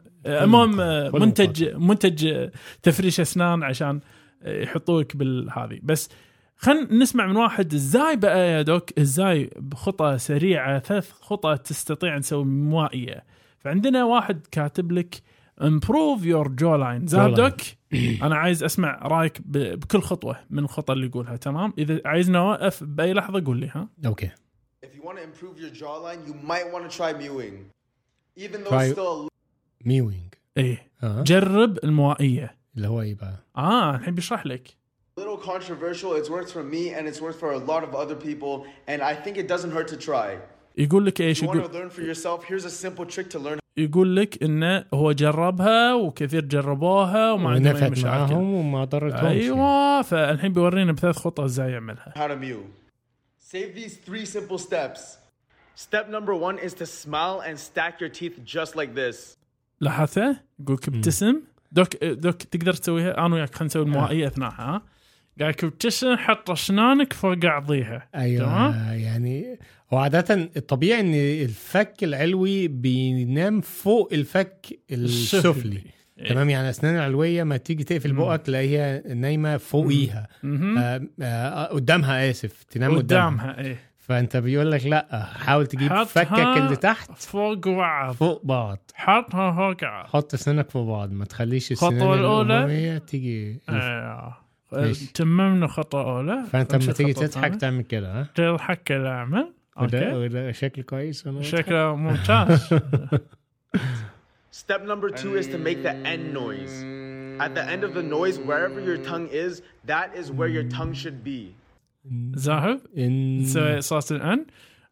المهم منتج منتج تفريش أسنان عشان يحطوك بالهذه. بس خلينا نسمع من واحد ازاي بقى يا دوك ازاي بخطة سريعة ثلاث خطة تستطيع نسوي موائية. فعندنا واحد كاتب لك improve your jawline. زاب دوك أنا عايز أسمع رأيك بكل خطوة من الخطة اللي يقولها. تمام. إذا عايزنا نوقف بأي لحظة قول لي. ها أوكي. If you want to improve your jawline, you might want to try mewing, even though try it's still mewing. إيه. آه. جرب الموائية. اللي هو إيه بقى؟ آه الحين بيشرح لك. a little controversial. It's worked for me and it's worked for a lot of other people, and I think it doesn't hurt to try. يقول لك إيش؟ If you want يقول to learn for yourself, here's a simple trick to learn. يقول لك إنه هو جربها وكثير جربوها وما عندهم أي مشاكل معهم وما ضرتهم. أيوة. فالحين بيورينا بثلاث خطوات إزاي يعملها. How to mew. Save these three simple steps. Step number one is to smile and stack your teeth just like this. لاحظته؟ يقولك ابتسم. دوك دوك تقدر تسويها. أنا وياك خلينا نسوي الموائية أثناءها. قاعد ابتسم حط أسنانك فوق بعضيها. أيوة. تمام؟ يعني هو عادة الطبيعي إن الفك العلوي بينام فوق الفك السفلي. إيه. تمام. يعني أسنان العلوية ما تيجي تقفل بقك تلاقيها نايمة فوقيها. آه آه قدامها آسف تنام قدامها. قدامها. إيه. فأنت بيقول لك لا حاول تجيب فكك اللي تحت فوق بعض فوق بعض. حطها فوق بعض. حط أسنانك فوق بعض ما تخليش السنان الأولى تيجي. آه. تممنا خطوة أولى. فأنت لما تيجي تضحك تعمل كده. ها تضحك كده أعمل. وده وده شكل كويس. شكله ممتاز. Step number two is to make the N noise. At the end of the noise, wherever your tongue is, that is where your tongue should be. زاهب نسوي صوت الآن.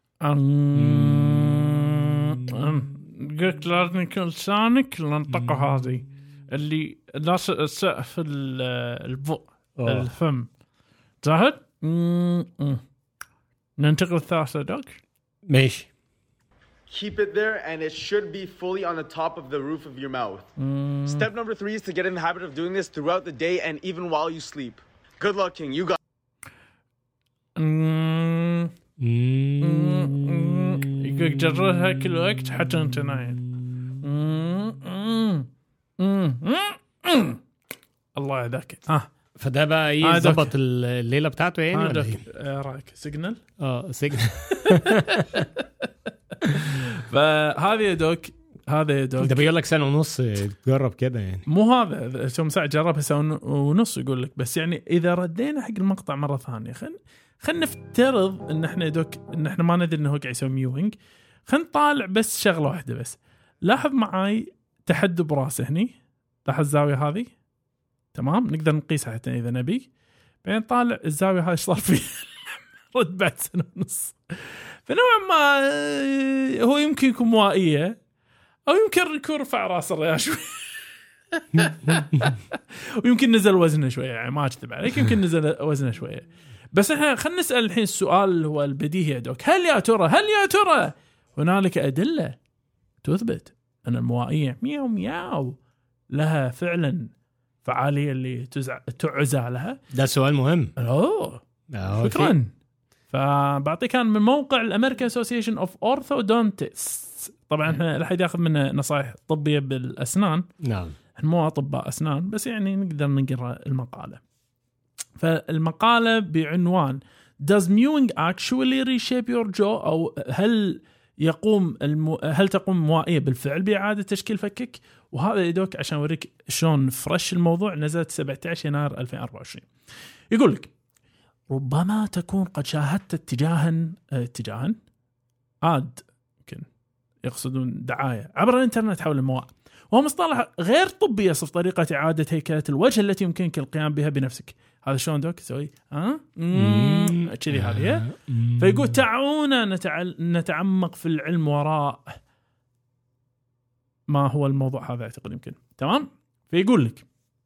قلت لازم يكون لسانك الانطقة هذه اللي لا سقف البق الفم. زاهد ننتقل الثالثة دوك. ماشي. Keep it there, and it should be fully on the top of the roof of your mouth. Mm. Step number three is to get in the habit of doing this throughout the day and even while you sleep. Good luck, King. You got. Mm. Mm. يقولك جربها كل وقت حتى أنت نايم. الله يهداك. ها. فده بقى ايه يظبط الليله بتاعته يعني ولا ايه رايك سيجنال اه سيجنال فهذا يا دوك هذا يا دوك ده بيقول لك سنه ونص تجرب كده يعني مو هذا سو مساعد جربها سنه ونص يقول لك بس يعني اذا ردينا حق المقطع مره ثانيه خل خلينا نفترض ان احنا يا دوك ان احنا ما ندري انه هو قاعد يسوي ميوينج خلينا نطالع بس شغله واحده بس لاحظ معاي تحدي براسه هني لاحظ الزاويه هذه تمام نقدر نقيسها حتى إذا نبي بعدين طالع الزاوية هاي صار فيه رد بعد سنة ونص فنوعا ما هو يمكن يكون موائية أو يمكن يكون رفع رأس الرياء شوي ويمكن نزل وزنه شوية يعني ما أكذب عليك يمكن نزل وزنه شوية بس إحنا خلينا نسأل الحين السؤال هو البديهي يا دوك هل يا ترى هل يا ترى هنالك أدلة تثبت أن الموائية مياو مياو لها فعلا فعالية اللي تزع... تعزى لها ده سؤال مهم أوه شكرا فبعطيك كان من موقع الأمريكان أسوسيشن أوف أورثودونتست طبعا احنا لحد ياخذ منا نصائح طبية بالأسنان نعم احنا مو أطباء أسنان بس يعني نقدر نقرأ المقالة فالمقالة بعنوان Does mewing actually reshape your jaw أو هل يقوم الم... هل تقوم موائية بالفعل بإعادة تشكيل فكك وهذا يدوك عشان أوريك شلون فرش الموضوع نزلت سبعة عشر يناير ألفين وأربعة وعشرين يقول لك ربما تكون قد شاهدت اتجاها اتجاها آد يمكن يقصدون دعاية عبر الإنترنت حول المواء وهو مصطلح غير طبي يصف طريقة إعادة هيكلة الوجه التي يمكنك القيام بها بنفسك هذا شلون دوك يسوي ها كذي هذه فيقول تعالوا نتعل... نتعمق في العلم وراء ما هو الموضوع هذا اعتقد يمكن تمام فيقول لك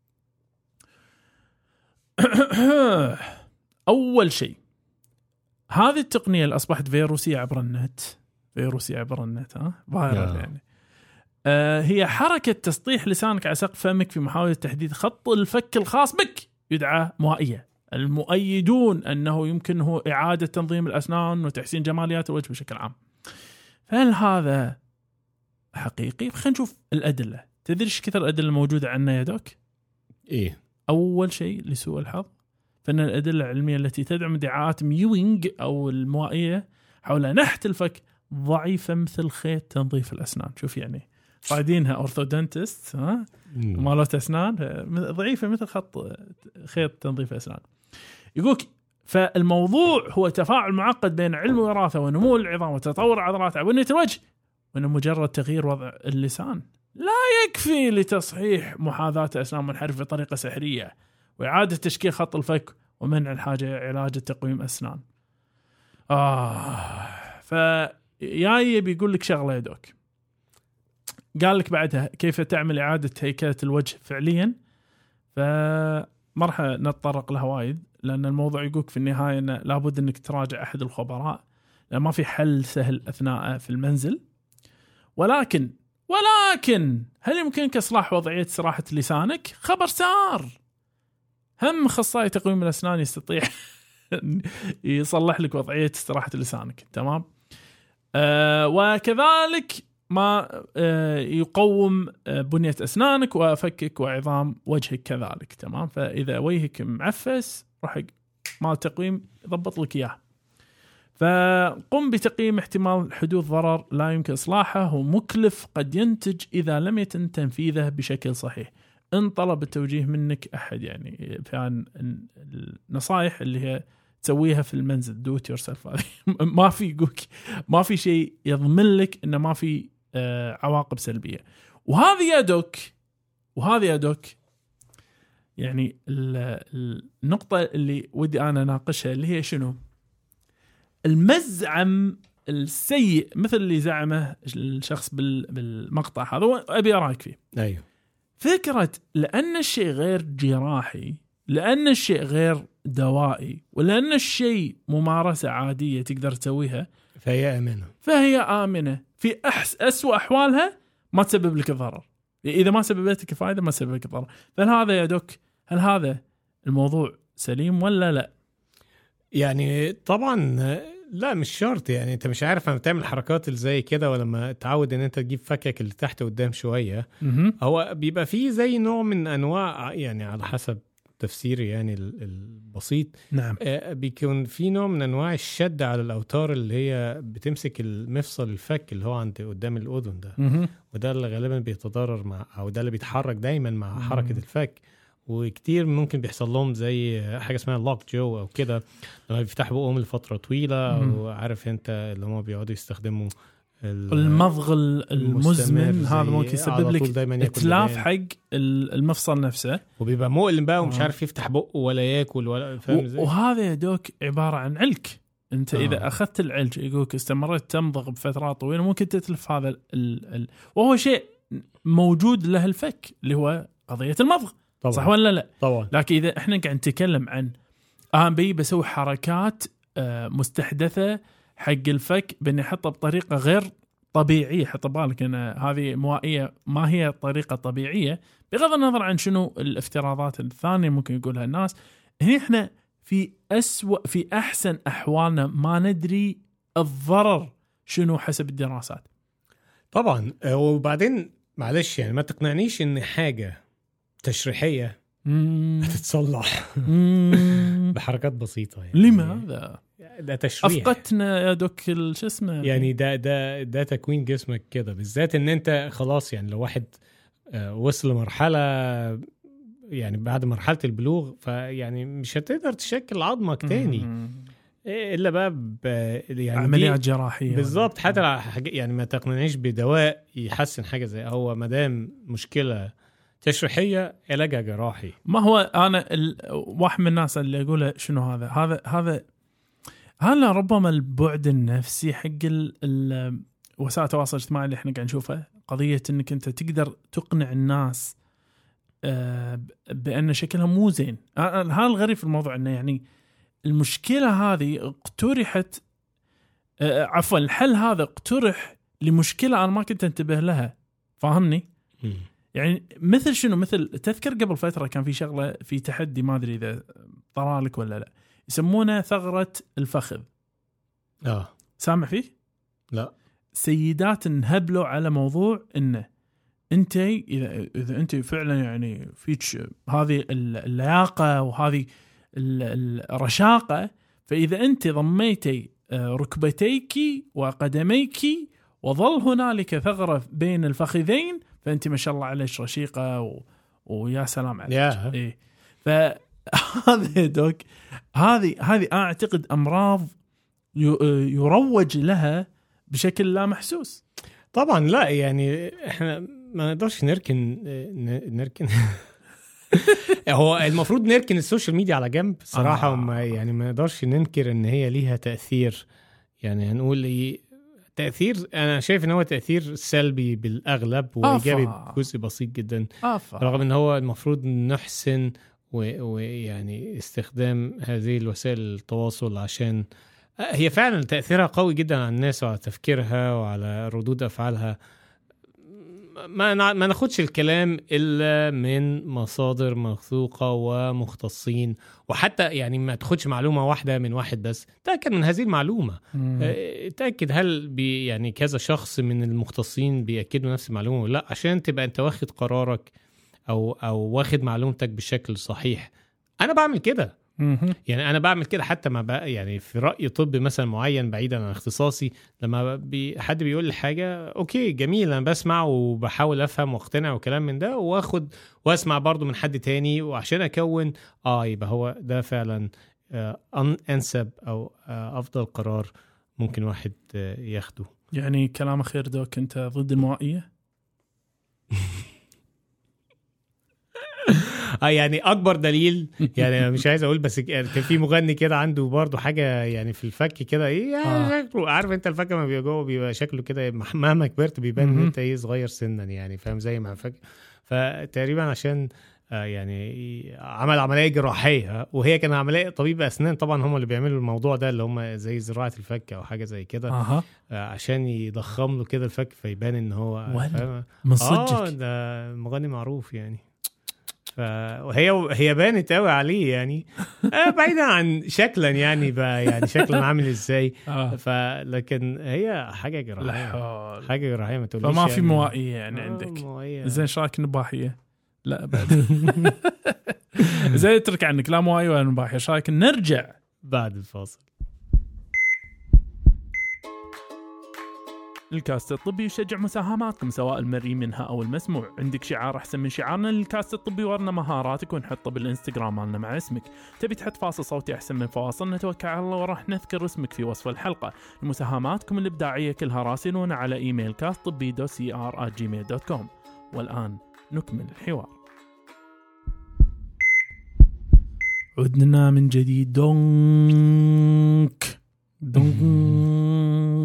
أول شيء هذه التقنية اللي أصبحت فيروسية عبر النت فيروسية عبر النت ها فايرال يعني آه هي حركة تسطيح لسانك على سقف فمك في محاولة تحديد خط الفك الخاص بك يدعى موائية المؤيدون أنه يمكنه إعادة تنظيم الأسنان وتحسين جماليات الوجه بشكل عام فهل هذا حقيقي؟ خلينا نشوف الأدلة تدري إيش كثر الأدلة الموجودة عنا يا دوك؟ إيه أول شيء لسوء الحظ فإن الأدلة العلمية التي تدعم ادعاءات ميوينج أو الموائية حول نحت الفك ضعيفة مثل خيط تنظيف الأسنان شوف يعني صايدينها أورثودنتست ها مالوت أسنان ضعيفة مثل خط خيط تنظيف الأسنان يقولك فالموضوع هو تفاعل معقد بين علم الوراثة ونمو العظام وتطور عضلات عبنية الوجه وأنه مجرد تغيير وضع اللسان لا يكفي لتصحيح محاذاة أسنان منحرفة بطريقة سحرية وإعادة تشكيل خط الفك ومنع الحاجة علاج تقويم أسنان آه فياي بيقول لك شغلة يدوك قال لك بعدها كيف تعمل إعادة هيكلة الوجه فعليا فما راح نتطرق لها وايد لأن الموضوع يقولك في النهاية أنه لابد أنك تراجع أحد الخبراء لأن ما في حل سهل أثناء في المنزل ولكن ولكن هل يمكنك إصلاح وضعية استراحة لسانك؟ خبر سار هم أخصائي تقويم الأسنان يستطيع يصلح لك وضعية استراحة لسانك تمام آه وكذلك ما آه يقوم آه بنية أسنانك وفكك وعظام وجهك كذلك تمام فإذا وجهك معفس راح مال تقويم يضبط لك إياه فقم بتقييم احتمال حدوث ضرر لا يمكن إصلاحه ومكلف قد ينتج إذا لم يتم تنفيذه بشكل صحيح إن طلب التوجيه منك أحد يعني فعلا النصائح اللي هي تسويها في المنزل do it yourself ما في يقولك ما في شيء يضمن لك إنه ما في آه عواقب سلبية وهذه يا دوك وهذه يا دوك يعني النقطة اللي ودي أنا ناقشها اللي هي شنو؟ المزعم السيء مثل اللي زعمه الشخص بالمقطع هذا، أبي أراك فيه. أيوه. فكرة لأن الشيء غير جراحي، لأن الشيء غير دوائي، ولأن الشيء ممارسة عادية تقدر تسويها، فهي آمنة. فهي آمنة في أحس أسوأ أحوالها، ما تسبب لك ضرر. إذا ما سببت لك فائدة ما سبب لك ضرر. فهل هذا يا دوك، هل هذا الموضوع سليم ولا لا؟ يعني طبعا لا، مش شرط. يعني انت مش عارف لما تعمل حركات اللي زي كده، ولما تعود ان انت تجيب فكك اللي تحت قدام شوية، هو بيبقى فيه زي نوع من انواع، يعني على حسب تفسيري يعني البسيط، نعم، بيكون في نوع من انواع الشد على الاوتار اللي هي بتمسك المفصل الفك اللي هو عند قدام الاذن ده. مم. وده اللي غالبا بيتضرر مع، او ده اللي بيتحرك دايما مع حركة الفك. وكتير ممكن بيحصل لهم زي حاجة اسمها لوك جو أو كده، لما بيفتحوا بقهم لفترة طويلة، أو عارف أنت اللي هم بيقعدوا يستخدموا المضغ المزمن، هذا ممكن يسبب لك اتلاف حق المفصل نفسه، وبيبقى مؤلم بقى ومش عارف يفتح بقه ولا ياكل ولا فاهم ازاي. وهذا يا دوك عبارة عن علك. انت آه. اذا اخذت العلج يقولك استمرت تمضغ بفترات طويلة ممكن تتلف هذا ال ال وهو شيء موجود له الفك اللي هو قضية المضغ. طبعا. صح ولا لا؟ طبعا. لكن إذا إحنا قاعد نتكلم عن أهم بي بسوي حركات مستحدثة حق الفك بأني أحطه بطريقة غير طبيعية، حط بالك أن هذه موائية ما هي طريقة طبيعية، بغض النظر عن شنو الافتراضات الثانية ممكن يقولها الناس. هنا إحنا في أسوأ في أحسن أحوالنا ما ندري الضرر شنو حسب الدراسات. طبعا. وبعدين معلش يعني ما تقنعنيش إن حاجة تشريحية هتتصلح بحركات بسيطة. يعني لماذا؟ ده تشريح. أفقتنا يا دوك شو اسمه يعني ده ده ده تكوين جسمك كده، بالذات إن أنت خلاص يعني لو واحد وصل لمرحلة يعني بعد مرحلة البلوغ، فيعني مش هتقدر تشكل عظمك تاني إلا بقى يعني عمليات جراحية بالضبط. حتى يعني ما تقنعنيش بدواء يحسن حاجة زي هو مدام مشكلة تشريحية علاجها جراحي. ما هو أنا واحد من الناس اللي يقول شنو هذا هذا هذا هذا ربما البعد النفسي حق وسائل التواصل الاجتماعي اللي احنا قاعد نشوفه، قضية انك انت تقدر تقنع الناس بأن شكلها مو زين. هذا الغريب في الموضوع انه يعني المشكلة هذه اقترحت، عفوا الحل هذا اقترح لمشكلة أنا ما كنت انتبه لها. فاهمني؟ م. يعني مثل شنو؟ مثل تذكر قبل فترة كان في شغلة في تحدي ما أدري إذا طرالك ولا لا، يسمونه ثغرة الفخذ. آه سامع فيه؟ لا. سيدات انهبلوا على موضوع إنه أنت إذا إذا أنت فعلا يعني فيك هذه اللياقة وهذه الرشاقة، فإذا أنت ضميتي ركبتيك وقدميك وظل هنالك ثغرة بين الفخذين فأنت ما شاء الله عليك رشيقة و... ويا سلام عليك. yeah. إيه. فهذا دوك هذه هذه أعتقد أمراض ي... يروج لها بشكل لا محسوس. طبعا لا يعني احنا ما نقدرش نركن نركن هو المفروض نركن السوشيال ميديا على جنب صراحة. آه. وما يعني ما نقدرش ننكر ان هي ليها تأثير، يعني هنقول ايه تأثير، أنا شايف إن هو تأثير سلبي بالأغلب وإيجابي بجزء بسيط جدا. أفا. رغم إن هو المفروض نحسن ويعني استخدام هذه الوسائل التواصل عشان هي فعلا تأثيرها قوي جدا على الناس وعلى تفكيرها وعلى ردود أفعالها. ما ما ناخدش الكلام إلا من مصادر موثوقة ومختصين، وحتى يعني ما تاخدش معلومة واحدة من واحد بس، تأكد من هذه المعلومة. تأكد هل بي يعني كذا شخص من المختصين بيأكدوا نفس المعلومة ولا لا، عشان تبقى أنت واخد قرارك أو أو واخد معلومتك بشكل صحيح. أنا بعمل كده، يعني أنا بعمل كده حتى ما بقى يعني في رأي طبي مثلا معين بعيدا عن اختصاصي، لما بي حد بيقول لي حاجة أوكي جميل، أنا بسمع وبحاول أفهم واقتنع وكلام من ده، وأخد وأسمع برضو من حد تاني، وعشان أكون آه يبقى هو ده فعلا آه أنسب أو آه أفضل قرار ممكن واحد آه ياخده. يعني كلام خير دوك، أنت ضد الموائية؟ اه يعني اكبر دليل يعني مش عايز اقول بس كان في مغني كده عنده برضو حاجه يعني في الفك كده ايه آه. شكله عارف انت الفك ما بيبقى جوه بيبقى شكله كده مهما كبرت بيبان ان انت ايه صغير سنا يعني فاهم زي ما الفك. فتقريبا عشان آه يعني عمل عمليه جراحيه وهي كان عمليه طبيب اسنان طبعا هم اللي بيعملوا الموضوع ده اللي هم زي زراعه الفك او حاجه زي كده آه. آه عشان يضخم له كده الفك فيبان ان هو من صدقك اه ده مغني معروف يعني. فهي هي بانت قوي عليه يعني آه بعيدا عن شكلا يعني بقى يعني شكلا عامل ازاي آه. فلكن هي حاجه جراحيه حاجه جراحيه ما تقوليش فما في يعني موائيه يعني آه عندك موائية. زين شراك نباحيه لا بعد زين اترك عنك لا موائيه ولا نباحيه شراك نرجع بعد الفاصل. الكاست الطبي يشجع مساهماتكم سواء المرئي منها أو المسموع. عندك شعار أحسن من شعارنا للكاست الطبي ورنا مهاراتك ونحطه بالإنستغرام مالنا مع اسمك. تبي تحط فاصل صوتي أحسن من فواصل نتوكل على الله وراح نذكر اسمك في وصف الحلقة. مساهماتكم الإبداعية كلها راسلونا على إيميل كاست طبي دو سي آر آت جيميل دوت كوم. والآن نكمل الحوار. عدنا من جديد دونك دونك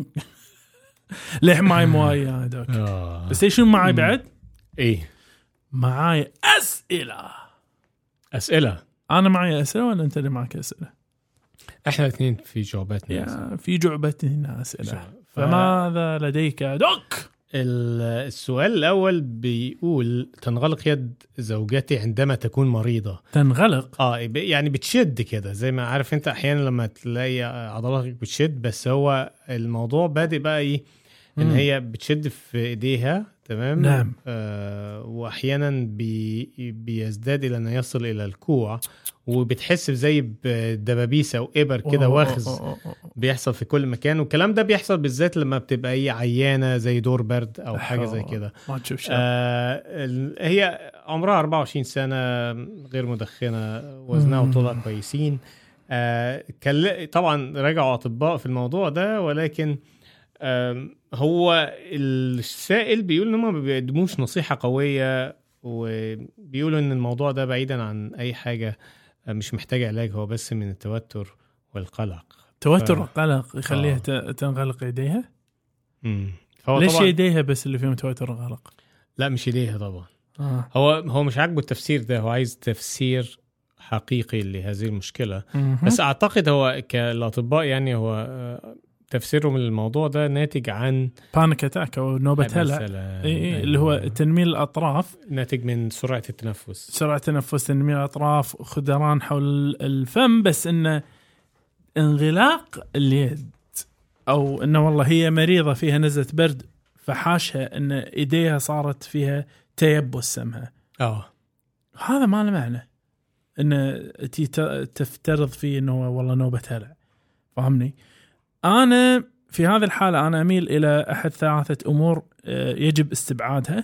ليه معي مواي يا دوك آه. بس شو معي بعد ايه معاي أسئلة أسئلة أنا معي أسئلة ولا أنت اللي معك أسئلة؟ احنا الاثنين في جعبتنا في جعبتنا أسئلة ف... فماذا لديك يا دوك؟ السؤال الأول بيقول تنغلق يد زوجتي عندما تكون مريضة. تنغلق؟ اه يعني بتشد كده زي ما عارف انت احيانا لما تلاقي عضلاتك بتشد بس هو الموضوع بادئ بقى ايه ان هي بتشد في ايديها تمام. نعم. آه واحيانا بي بيزداد الى ان يصل الى الكوع وبتحس زي بدبابيس او ابر كده واخز بيحصل في كل مكان والكلام ده بيحصل بالذات لما بتبقى ايه عيانه زي دور برد او حاجه زي كده. ما تشوف شيء. آه هي عمرها أربعة وعشرين سنه غير مدخنه وزنها وطولها كويسين. آه طبعا رجعوا اطباء في الموضوع ده ولكن آه هو السائل بيقول انهم ما بيقدموش نصيحه قويه وبيقولوا ان الموضوع ده بعيدا عن اي حاجه مش محتاج علاج هو بس من التوتر والقلق. توتر ف... والقلق يخليها آه. تنغلق ايديها. امم ليش طبعًا... ايديها بس اللي فيهم توتر وقلق؟ لا مش ايديها طبعا. آه. هو هو مش عاجبه التفسير ده هو عايز تفسير حقيقي لهذه المشكله. م- بس اعتقد هو كالاطباء يعني هو تفسيرهم للموضوع ده ناتج عن بانيك اتاك او نوبه هلع إيه اللي هو تنميل الاطراف ناتج من سرعه التنفس سرعه التنفس تنميل الاطراف خدران حول الفم بس انه انغلاق اليد او انه والله هي مريضه فيها نزله برد فحاشها ان ايديها صارت فيها تيبس سمها. اه هذا ما له معنى ان تفترض فيه انه والله نوبه هلع. فهمني؟ أنا في هذه الحالة أنا أميل إلى أحد ثلاثة أمور يجب استبعادها.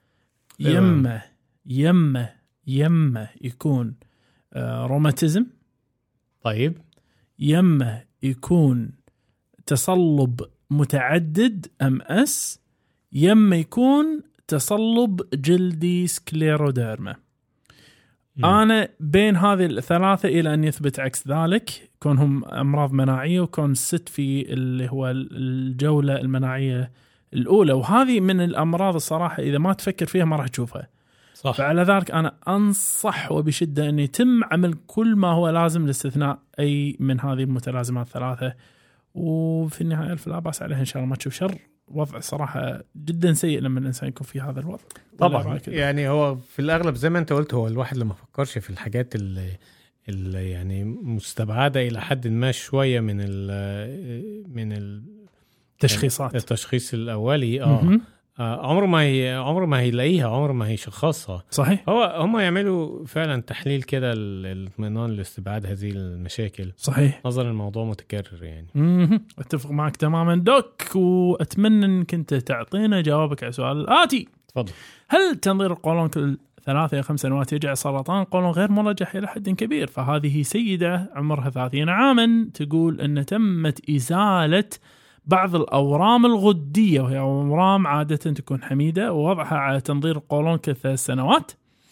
يمه يمه يمه يكون روماتيزم. طيب. يمه يكون تصلب متعدد أم أس. يمه يكون تصلب جلدي سكليروديرما. م. أنا بين هذه الثلاثة إلى أن يثبت عكس ذلك كونهم أمراض مناعية وكون ست في اللي هو الجولة المناعية الأولى وهذه من الأمراض الصراحة إذا ما تفكر فيها ما راح تشوفها. صح. فعلى ذلك أنا أنصح وبشدة أن يتم عمل كل ما هو لازم لاستثناء أي من هذه المتلازمات الثلاثة وفي النهاية ألف لا بأس عليها إن شاء الله ما تشوف شر. وضع صراحة جدا سيء لما الإنسان يكون في هذا الوضع. طبعا يعني هو في الأغلب زي ما أنت قلت هو الواحد لما فكرش في الحاجات اللي, اللي يعني مستبعدة إلى حد ما شوية من ال من التشخيصات التشخيص الأولي آه. آه عمره ما هي عمره ما هيلاقيها عمره ما هيشخصها. صحيح. هو هم يعملوا فعلا تحليل كده للاطمئنان لاستبعاد هذه المشاكل. صحيح. نظرا الموضوع متكرر يعني. امم اتفق معك تماما دوك واتمنى انك انت تعطينا جوابك على السؤال الآتي. تفضل. هل تنظير القولون كل ثلاثة إلى خمس سنوات يجعل سرطان القولون غير مرجح إلى حد كبير؟ فهذه سيدة عمرها ثلاثين عاما تقول أن تمت إزالة بعض الأورام الغدية وهي أورام عادة تكون حميدة ووضعها على تنظير القولون كل ثلاث سنوات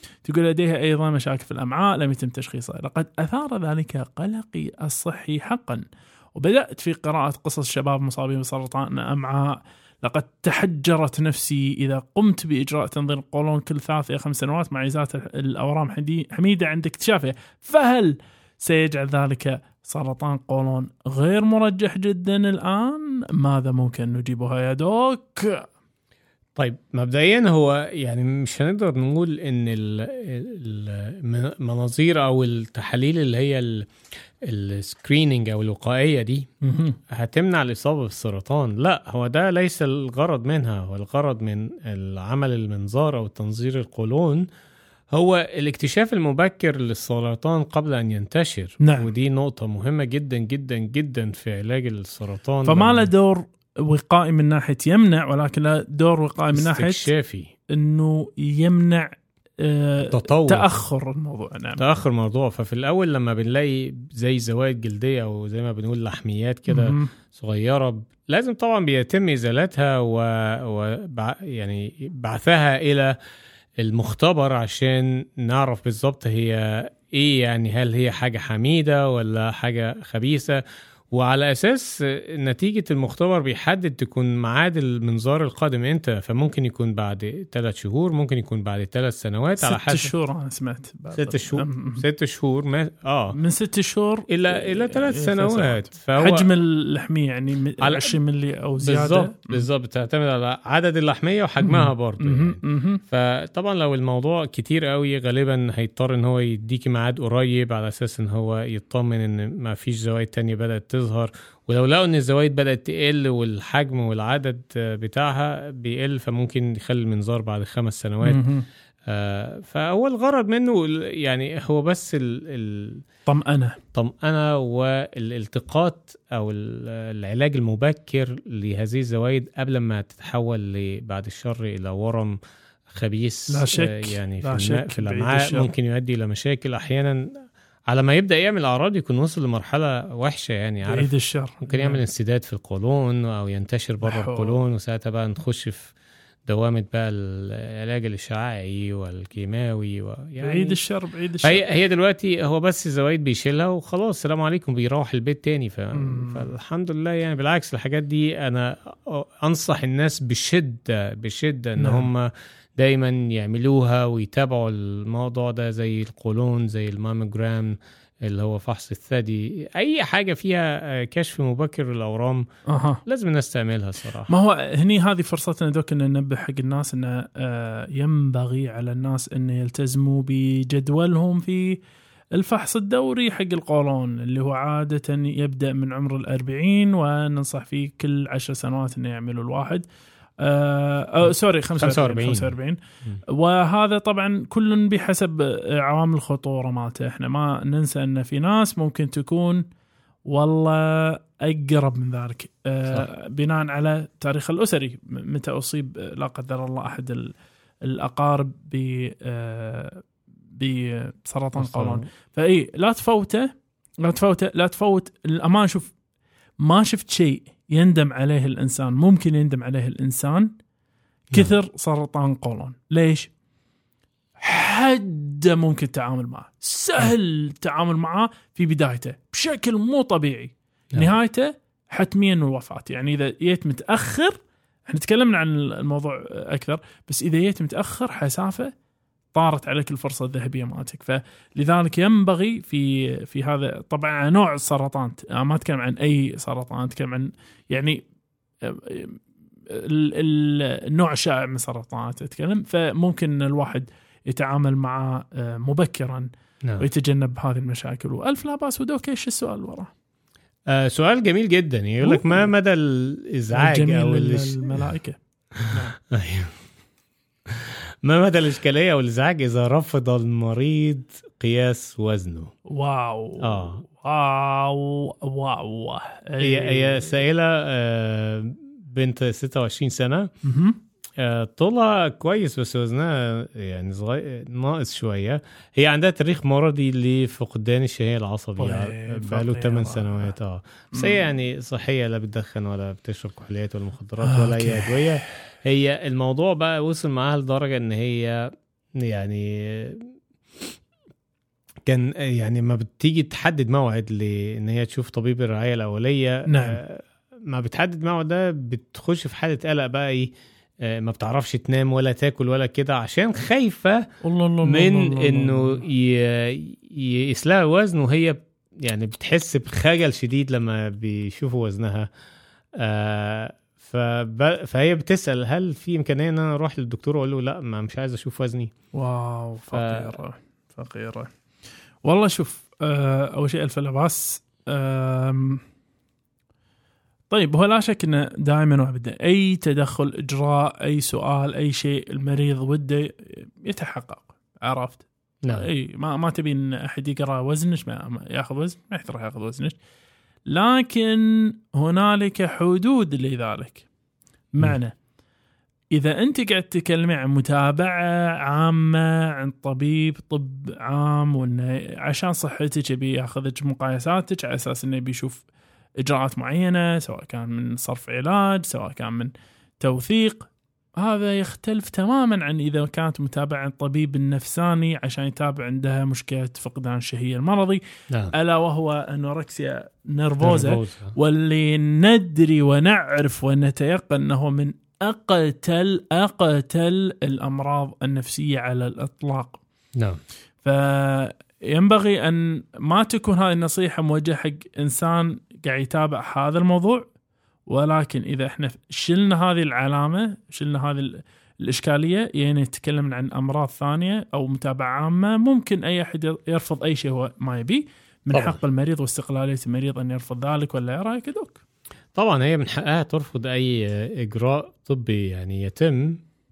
تقول لديها أيضا مشاكل في الأمعاء لم يتم تشخيصها. لقد أثار ذلك قلقي الصحي حقا، وبدأت في قراءة قصص شباب مصابين بسرطان أمعاء. لقد تحجرت نفسي إذا قمت بإجراء تنظير القولون كل ثلاث إلى خمس سنوات مع إزالة الأورام حميدة عند اكتشافه. فهل سيجعل ذلك سرطان قولون غير مرجح جدا الآن؟ ماذا ممكن نجيبها يا دوك؟ طيب مبدئيا هو يعني مش هنقدر نقول ان المناظير او التحاليل اللي هي السكرينينج او الوقائية دي هتمنع الإصابة بالسرطان. لا، هو ده ليس الغرض منها. هو الغرض من العمل المنظار او تنظير القولون هو الاكتشاف المبكر للسرطان قبل أن ينتشر. نعم. ودي نقطة مهمة جدا جدا جدا في علاج السرطان. فما له دور وقائي من ناحية يمنع، ولكن له دور وقائي من ناحية استكشافي أنه يمنع آه تطور تأخر الموضوع. نعم. تأخر الموضوع. ففي الأول لما بنلاقي زي زوائد جلدية أو زي ما بنقول لحميات كده صغيرة، لازم طبعا بيتم إزالتها و... و... يعني بعثها إلى المختبر عشان نعرف بالضبط هي ايه، يعني هل هي حاجة حميدة ولا حاجة خبيثة. وعلى أساس نتيجة المختبر بيحدد تكون ميعاد المنظار القادم امتى. فممكن يكون بعد ثلاث شهور، ممكن يكون بعد ثلاث سنوات، على حسب. ست شهور أنا سمعت. ست شهور ست شهور ما آه من ست شهور إلى إلى ثلاث سنوات. فهو حجم اللحمية يعني عشرين ملي أو زيادة. بالضبط بالضبط تعتمد على عدد اللحمية وحجمها برضو يعني. فطبعا لو الموضوع كتير قوي غالبا هيضطر إن هو يديكي ميعاد قريب على أساس إن هو يطمن إن ما فيش زوايد تانية بدأت تظهر. ولو لقوا ان الزوايد بدأت تقل والحجم والعدد بتاعها بيقل، فممكن يخلي المنظار بعد خمس سنوات. آه فهو الغرض منه يعني هو بس الطمأنة طمأنة والالتقاط او العلاج المبكر لهذه الزوايد قبل ما تتحول بعد الشر الى ورم خبيث. لا شك. آه يعني لا في, شك في الأمعاء ممكن يؤدي الى مشاكل احيانا على ما يبدأ يعمل أعراض يكون وصل لمرحلة وحشة يعني. عارف بعيد الشر. ممكن يعمل انسداد في القولون أو ينتشر بره القولون، وساعتها بقى نخش في دوامة بقى العلاج الإشعاعي والكيماوي و... يعني بعيد الشر بعيد الشر. هي, هي دلوقتي هو بس الزوايد بيشيلها وخلاص السلام عليكم بيروح البيت تاني. ف... فالحمد لله يعني. بالعكس الحاجات دي أنا أنصح الناس بشدة بشدة إن نعم. هم دايما يعملوها ويتابعوا الموضوع ده، زي القولون، زي الماموجرام اللي هو فحص الثدي، اي حاجه فيها كشف مبكر للاورام أه. لازم الناس تعملها صراحه. ما هو هني هذه فرصتنا دوك ان ننبه حق الناس ان ينبغي على الناس ان يلتزموا بجدولهم في الفحص الدوري حق القولون اللي هو عاده يبدا من عمر الأربعين، وننصح فيه كل عشر سنوات انه يعملوا الواحد. آه سوري خمسة وأربعين خمسة وأربعين. وهذا طبعا كل بحسب عوامل الخطورة مالته. احنا ما ننسى ان في ناس ممكن تكون والله اقرب من ذلك آه بناء على تاريخ الاسري، متى اصيب لا قدر الله احد الاقارب ب آه بسرطان قولون. فاي لا تفوته لا تفوته لا تفوت الامان. شوف ما شفت شيء يندم عليه الإنسان، ممكن يندم عليه الإنسان كثر سرطان قولون. ليش؟ حد ممكن التعامل معه، سهل التعامل معه في بدايته بشكل مو طبيعي، نهايته حتميا الوفاة. يعني إذا جيت متأخر، احنا تكلمنا عن الموضوع أكثر، بس إذا جيت متأخر حسافة طارت عليك الفرصة الذهبية مالتك. فلذلك ينبغي في في هذا طبعا نوع السرطان، ما أتكلم عن أي سرطان، أتكلم عن يعني النوع الشائع من السرطانات أتكلم. فممكن الواحد يتعامل معه مبكرا نعم. ويتجنب هذه المشاكل. وألف لا بأس. ودوك إيش السؤال وراه؟ آه سؤال جميل جدا. يقول لك ما مدى الإزعاج أو الملائكة نعم. ما مدى الإشكالية والإزعاج إذا رفض المريض قياس وزنه؟ واو آه. واو واو. هي هي سائلة آه بنت ستة وعشرين سنة، آه طولها كويس بس وزنها يعني صغير ناقص شوية. هي عندها تاريخ مرضي لفقدان الشهية العصبي بقاله ثمان سنوات. اه بس هي يعني صحية، لا بتدخن ولا بتشرب كحوليات ولا مخدرات ولا أي أدوية. هي الموضوع بقى وصل معاها لدرجة ان هي يعني كان يعني ما بتيجي تحدد موعد لان هي تشوف طبيب الرعايه الاوليه. نعم. ما بتحدد موعد ده بتخش في حاله قلق بقى ايه، ما بتعرفش تنام ولا تاكل ولا كده عشان خايفه الله الله من الله الله انه يقيس لها وزن، وهي يعني بتحس بخجل شديد لما بيشوفوا وزنها. آه فب... فهي بتسأل هل في إمكانية أن أنا أروح للدكتور وأقول له لا ما مش عايز أشوف وزني. واو فقيرة ف... فقيرة والله. شوف آه أول شيء ألف لباس. آه طيب هو لا شك أنه دائما وابدا أي تدخل إجراء أي سؤال أي شيء المريض وده يتحقق، عرفت؟ نعم. أي ما ما تبي إن أحد يقرأ وزنش ما يأخذ وزن، ما يحترح يأخذ وزنش، لكن هنالك حدود لذلك. معنى إذا أنت قاعد تتكلمي عن متابعة عامة عن طبيب طب عام وإنه عشان صحتك يبي يأخذك مقايساتك على أساس إنه بيشوف إجراءات معينة، سواء كان من صرف علاج سواء كان من توثيق، هذا يختلف تماما عن إذا كانت متابعة عن طبيب النفساني عشان يتابع عندها مشكلة فقدان الشهية المرضي. نعم. ألا وهو أنوركسيا نيرفوزا، واللي ندري ونعرف ونتيقن أنه من أقتل أقتل الأمراض النفسية على الإطلاق. نعم. فينبغي أن ما تكون هذه النصيحة موجهة حق إنسان قاعد يتابع هذا الموضوع، ولكن إذا إحنا شلنا هذه العلامة شلنا هذه الإشكالية، يعني نتكلم عن أمراض ثانية أو متابعة عامة، ممكن أي أحد يرفض أي شيء هو ما يبي. من طبعا. حق المريض واستقلالية المريض أن يرفض ذلك، ولا رأيك دوك؟ طبعا هي من حقها ترفض أي إجراء طبي يعني يتم،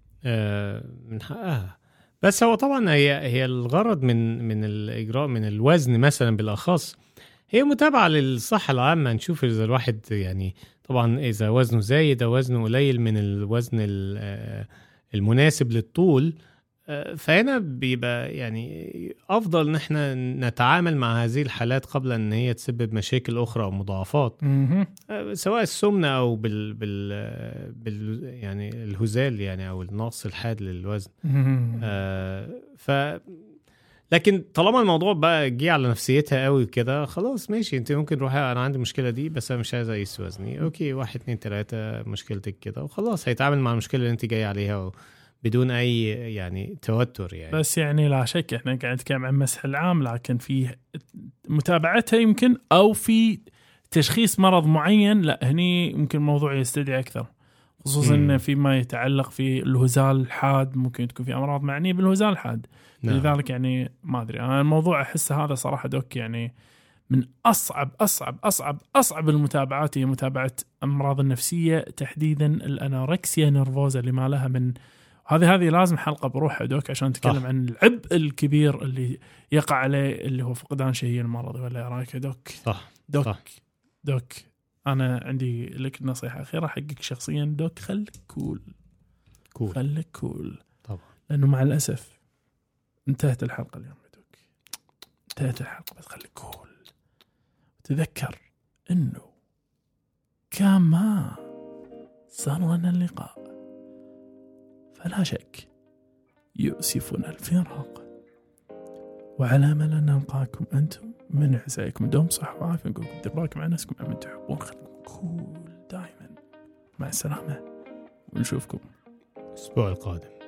من حقها. بس هو طبعا هي هي الغرض من من الإجراء من الوزن مثلا بالأخص هي متابعة للصحة العامة، نشوف إذا الواحد يعني طبعا إذا وزنه زايد أو وزنه قليل من الوزن المناسب للطول، فهنا بيبقى يعني أفضل إن احنا نتعامل مع هذه الحالات قبل أن هي تسبب مشاكل أخرى أو مضاعفات، سواء السمنة أو بال, بال, بال يعني الهزال يعني أو النقص الحاد للوزن. آه ف لكن طالما الموضوع بقى جه على نفسيتها قوي كده، خلاص ماشي، انت ممكن روحي انا عندي مشكله دي بس انا مش عايز اقيس وزني، اوكي واحد اتنين تلاته مشكلتك كده وخلاص، هيتعامل مع المشكله اللي انت جاي عليها بدون اي يعني توتر يعني. بس يعني لا شك احنا قاعد نتكلم عن مسح العام، لكن في متابعتها يمكن او في تشخيص مرض معين، لا هني يمكن الموضوع يستدعي اكثر، خصوصا مم. فيما يتعلق في الهزال الحاد، ممكن تكون في امراض معنيه بالهزال الحاد. نعم. لذلك يعني ما أدري أنا الموضوع أحس هذا صراحة دوك يعني من أصعب أصعب أصعب أصعب المتابعات هي متابعة أمراض النفسية، تحديدا الأنوركسيا نيرفوزا اللي ما لها من هذه هذه لازم حلقة بروحها دوك عشان نتكلم صح. عن العبء الكبير اللي يقع عليه اللي هو فقدان شهية المرضي، ولا رأيك دوك؟ صح. دوك صح. دوك أنا عندي لك نصيحة أخيرة حقك شخصيا دوك، خليك كول كول خليك كول طبعا، لأنه مع الأسف انتهت الحلقة اليوم دوك، انتهت الحلقة، بس خليك كول تذكر إنه كما صار لنا اللقاء فلا شك يؤسفنا الفراق، وعلى أمل أن نلقاكم أنتم من عساكم دوم صح وعافية، نقول دبراكم مع ناسكم عمن تحبون، خليكم كول دائما، مع السلامة ونشوفكم الأسبوع القادم.